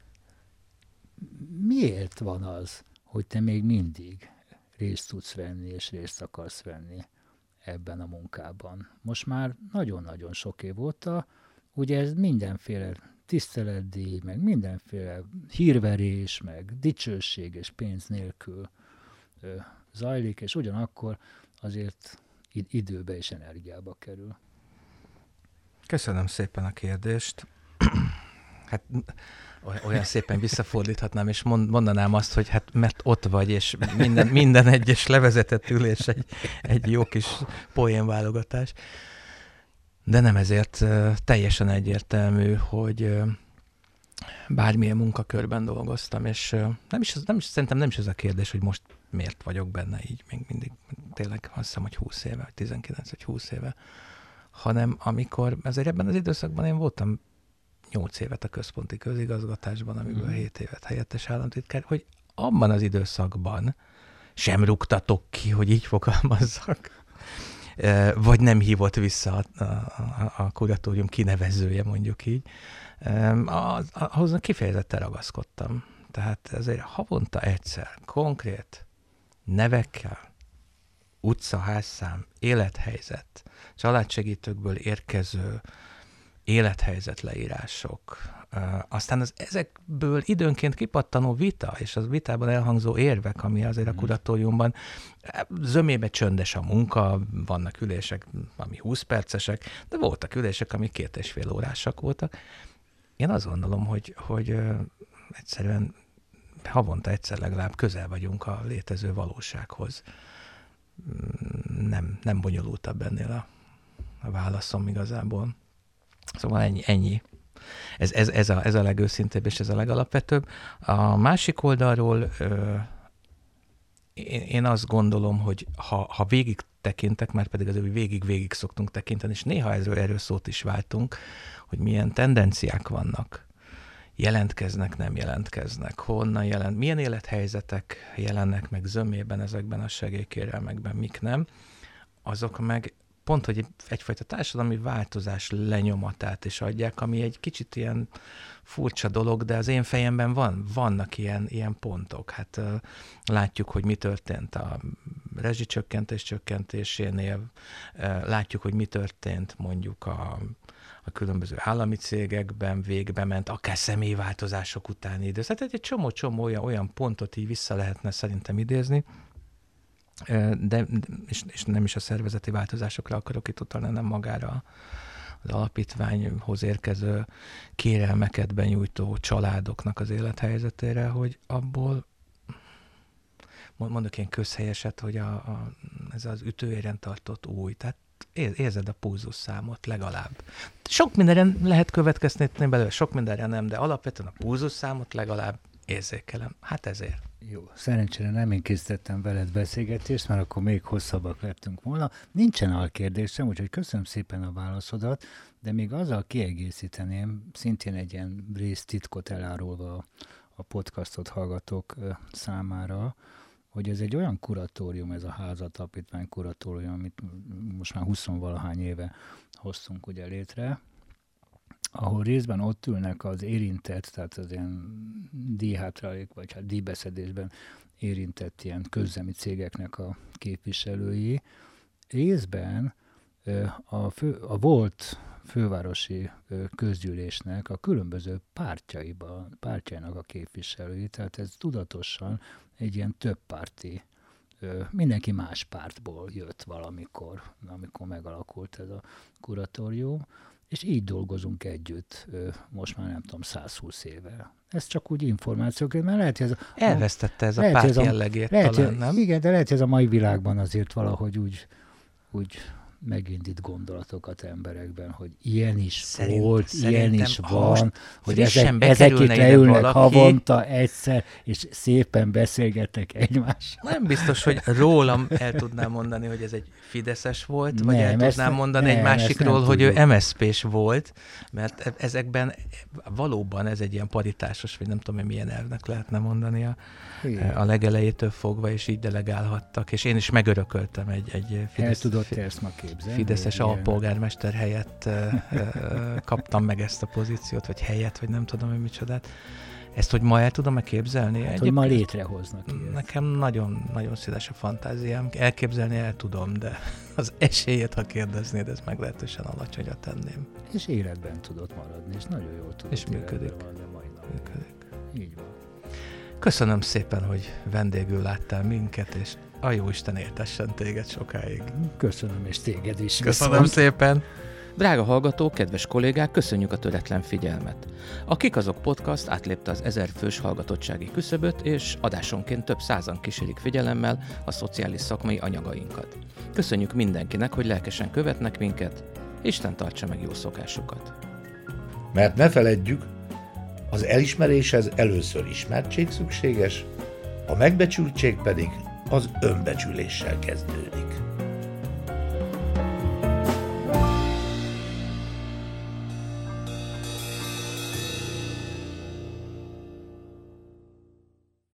Miért van az, hogy te még mindig részt tudsz venni, és részt akarsz venni ebben a munkában? Most már nagyon-nagyon sok év óta, ugye ez mindenféle tiszteletdíj, meg mindenféle hírverés, meg dicsőség és pénz nélkül zajlik, és ugyanakkor azért időbe és energiába kerül.
Köszönöm szépen a kérdést. Hát olyan szépen visszafordíthatnám, és mondanám azt, hogy hát mert ott vagy, és minden egyes levezetett ülés egy jó kis poénválogatás. De nem ezért teljesen egyértelmű, hogy bármilyen munkakörben dolgoztam, és szerintem nem is ez a kérdés, hogy most miért vagyok benne így, még mindig tényleg azt hiszem, hogy 20 éve, 19 vagy 20 éve, hanem amikor, ezért ebben az időszakban én voltam 8 évet a központi közigazgatásban, amiből 7 évet helyettes államtitkár, hogy abban az időszakban sem rúgtatok ki, hogy így fogalmazzak, vagy nem hívott vissza a kuratórium kinevezője, mondjuk így. Ahhoz kifejezetten ragaszkodtam. Tehát ezért havonta egyszer konkrét nevekkel, utcaházszám, élethelyzet, családsegítőkből érkező élethelyzet leírások, aztán ezekből időnként kipattanó vita, és az vitában elhangzó érvek, ami azért a kuratóriumban zömébe csöndes a munka, vannak ülések, ami 20 percesek, de voltak ülések, ami 2,5 órásak voltak. Én azt gondolom, hogy egyszerűen havonta egyszer legalább közel vagyunk a létező valósághoz. Nem bonyolultabb ennél a válaszom igazából. Szóval ennyi. Ez a legőszintébb és ez a legalapvetőbb. A másik oldalról én azt gondolom, hogy ha végig tekintek, már pedig azért, hogy végig szoktunk tekinteni, és néha erről szót is váltunk, hogy milyen tendenciák vannak. Jelentkeznek, nem jelentkeznek, honnan milyen élethelyzetek jelennek meg zömében ezekben a segélykérelmekben, mik nem, azok meg pont, hogy egyfajta társadalmi változás lenyomatát is adják, ami egy kicsit ilyen furcsa dolog, de az én fejemben vannak ilyen pontok. Hát látjuk, hogy mi történt a rezsicsökkentés csökkentésénél, látjuk, hogy mi történt mondjuk a különböző állami cégekben, végbe ment, akár személyváltozások utáni időszak. Tehát egy csomó olyan pontot így vissza lehetne szerintem idézni, és nem is a szervezeti változásokra akarok itt utalni, hanem magára az alapítványhoz érkező kérelmeket benyújtó családoknak az élethelyzetére, hogy abból mondok ilyen közhelyeset, hogy ez az ütőéren tartott új, tehát érzed a pulzusszámot legalább. Sok mindenre lehet következtetni belőle, sok mindenre nem, de alapvetően a pulzusszámot legalább érzékelem. Hát ezért.
Jó, szerencsére nem én készítettem veled beszélgetést, mert akkor még hosszabbak lettünk volna. Nincsen alkérdésem, úgyhogy köszönöm szépen a válaszodat, de még azzal kiegészíteném, szintén egy ilyen résztitkot elárulva a podcastot hallgatók számára, hogy ez egy olyan kuratórium, ez a Házalapítvány kuratórium, amit most már 20-valahány éve hoztunk ugye létre, ahol részben ott ülnek az érintett, tehát az ilyen díjhátralék, vagy hát díjbeszedésben érintett ilyen közüzemi cégeknek a képviselői. Részben a volt fővárosi közgyűlésnek a különböző pártjainak a képviselői, tehát ez tudatosan egy ilyen többpárti, mindenki más pártból jött valamikor, amikor megalakult ez a kuratórium, és így dolgozunk együtt, most már nem tudom, 120 éve. Ez csak úgy információk, mert lehet, hogy
elvesztette ez a párt jellegét talán, nem?
Igen, de lehet, hogy ez a mai világban azért valahogy úgy megindít gondolatokat emberekben, hogy ilyen is volt, ilyen is van, hogy ezek itt leülnek havonta egyszer, és szépen beszélgetnek egymással.
Nem biztos, hogy rólam el tudnám mondani, hogy ez egy fideszes volt, vagy el tudnám mondani egy másikról, hogy ő MSZP-s volt, mert ezekben valóban ez egy ilyen paritásos, vagy nem tudom, hogy milyen elvnek lehetne mondani a legelejétől fogva, és így delegálhattak, és én is megörököltem egy fideszes alpolgármester helyett kaptam meg ezt a pozíciót, vagy helyet, vagy nem tudom, hogy micsodát. Ezt, hogy ma el tudom-e képzelni?
Hát, hogy ma létrehoznak ilyet.
Nekem nagyon széles a fantáziám. Elképzelni el tudom, de az esélyét, ha kérdeznéd, ez meglehetősen alacsonyra tenném.
És életben tudott maradni, és nagyon jól tudott.
És működik.
Működik. Így van.
Köszönöm szépen, hogy vendégül láttál minket, és a Jóisten éltessen téged sokáig.
Köszönöm, és téged is.
Köszönöm szépen.
Drága hallgatók, kedves kollégák, köszönjük a töretlen figyelmet. A Kik azok podcast átlépte az 1000 fős hallgatottsági küszöböt, és adásonként több százan kísérik figyelemmel a szociális szakmai anyagainkat. Köszönjük mindenkinek, hogy lelkesen követnek minket, Isten tartsa meg jó szokásukat.
Mert ne feledjük, az elismeréshez először ismertség szükséges, a megbecsültség pedig az önbecsüléssel kezdődik.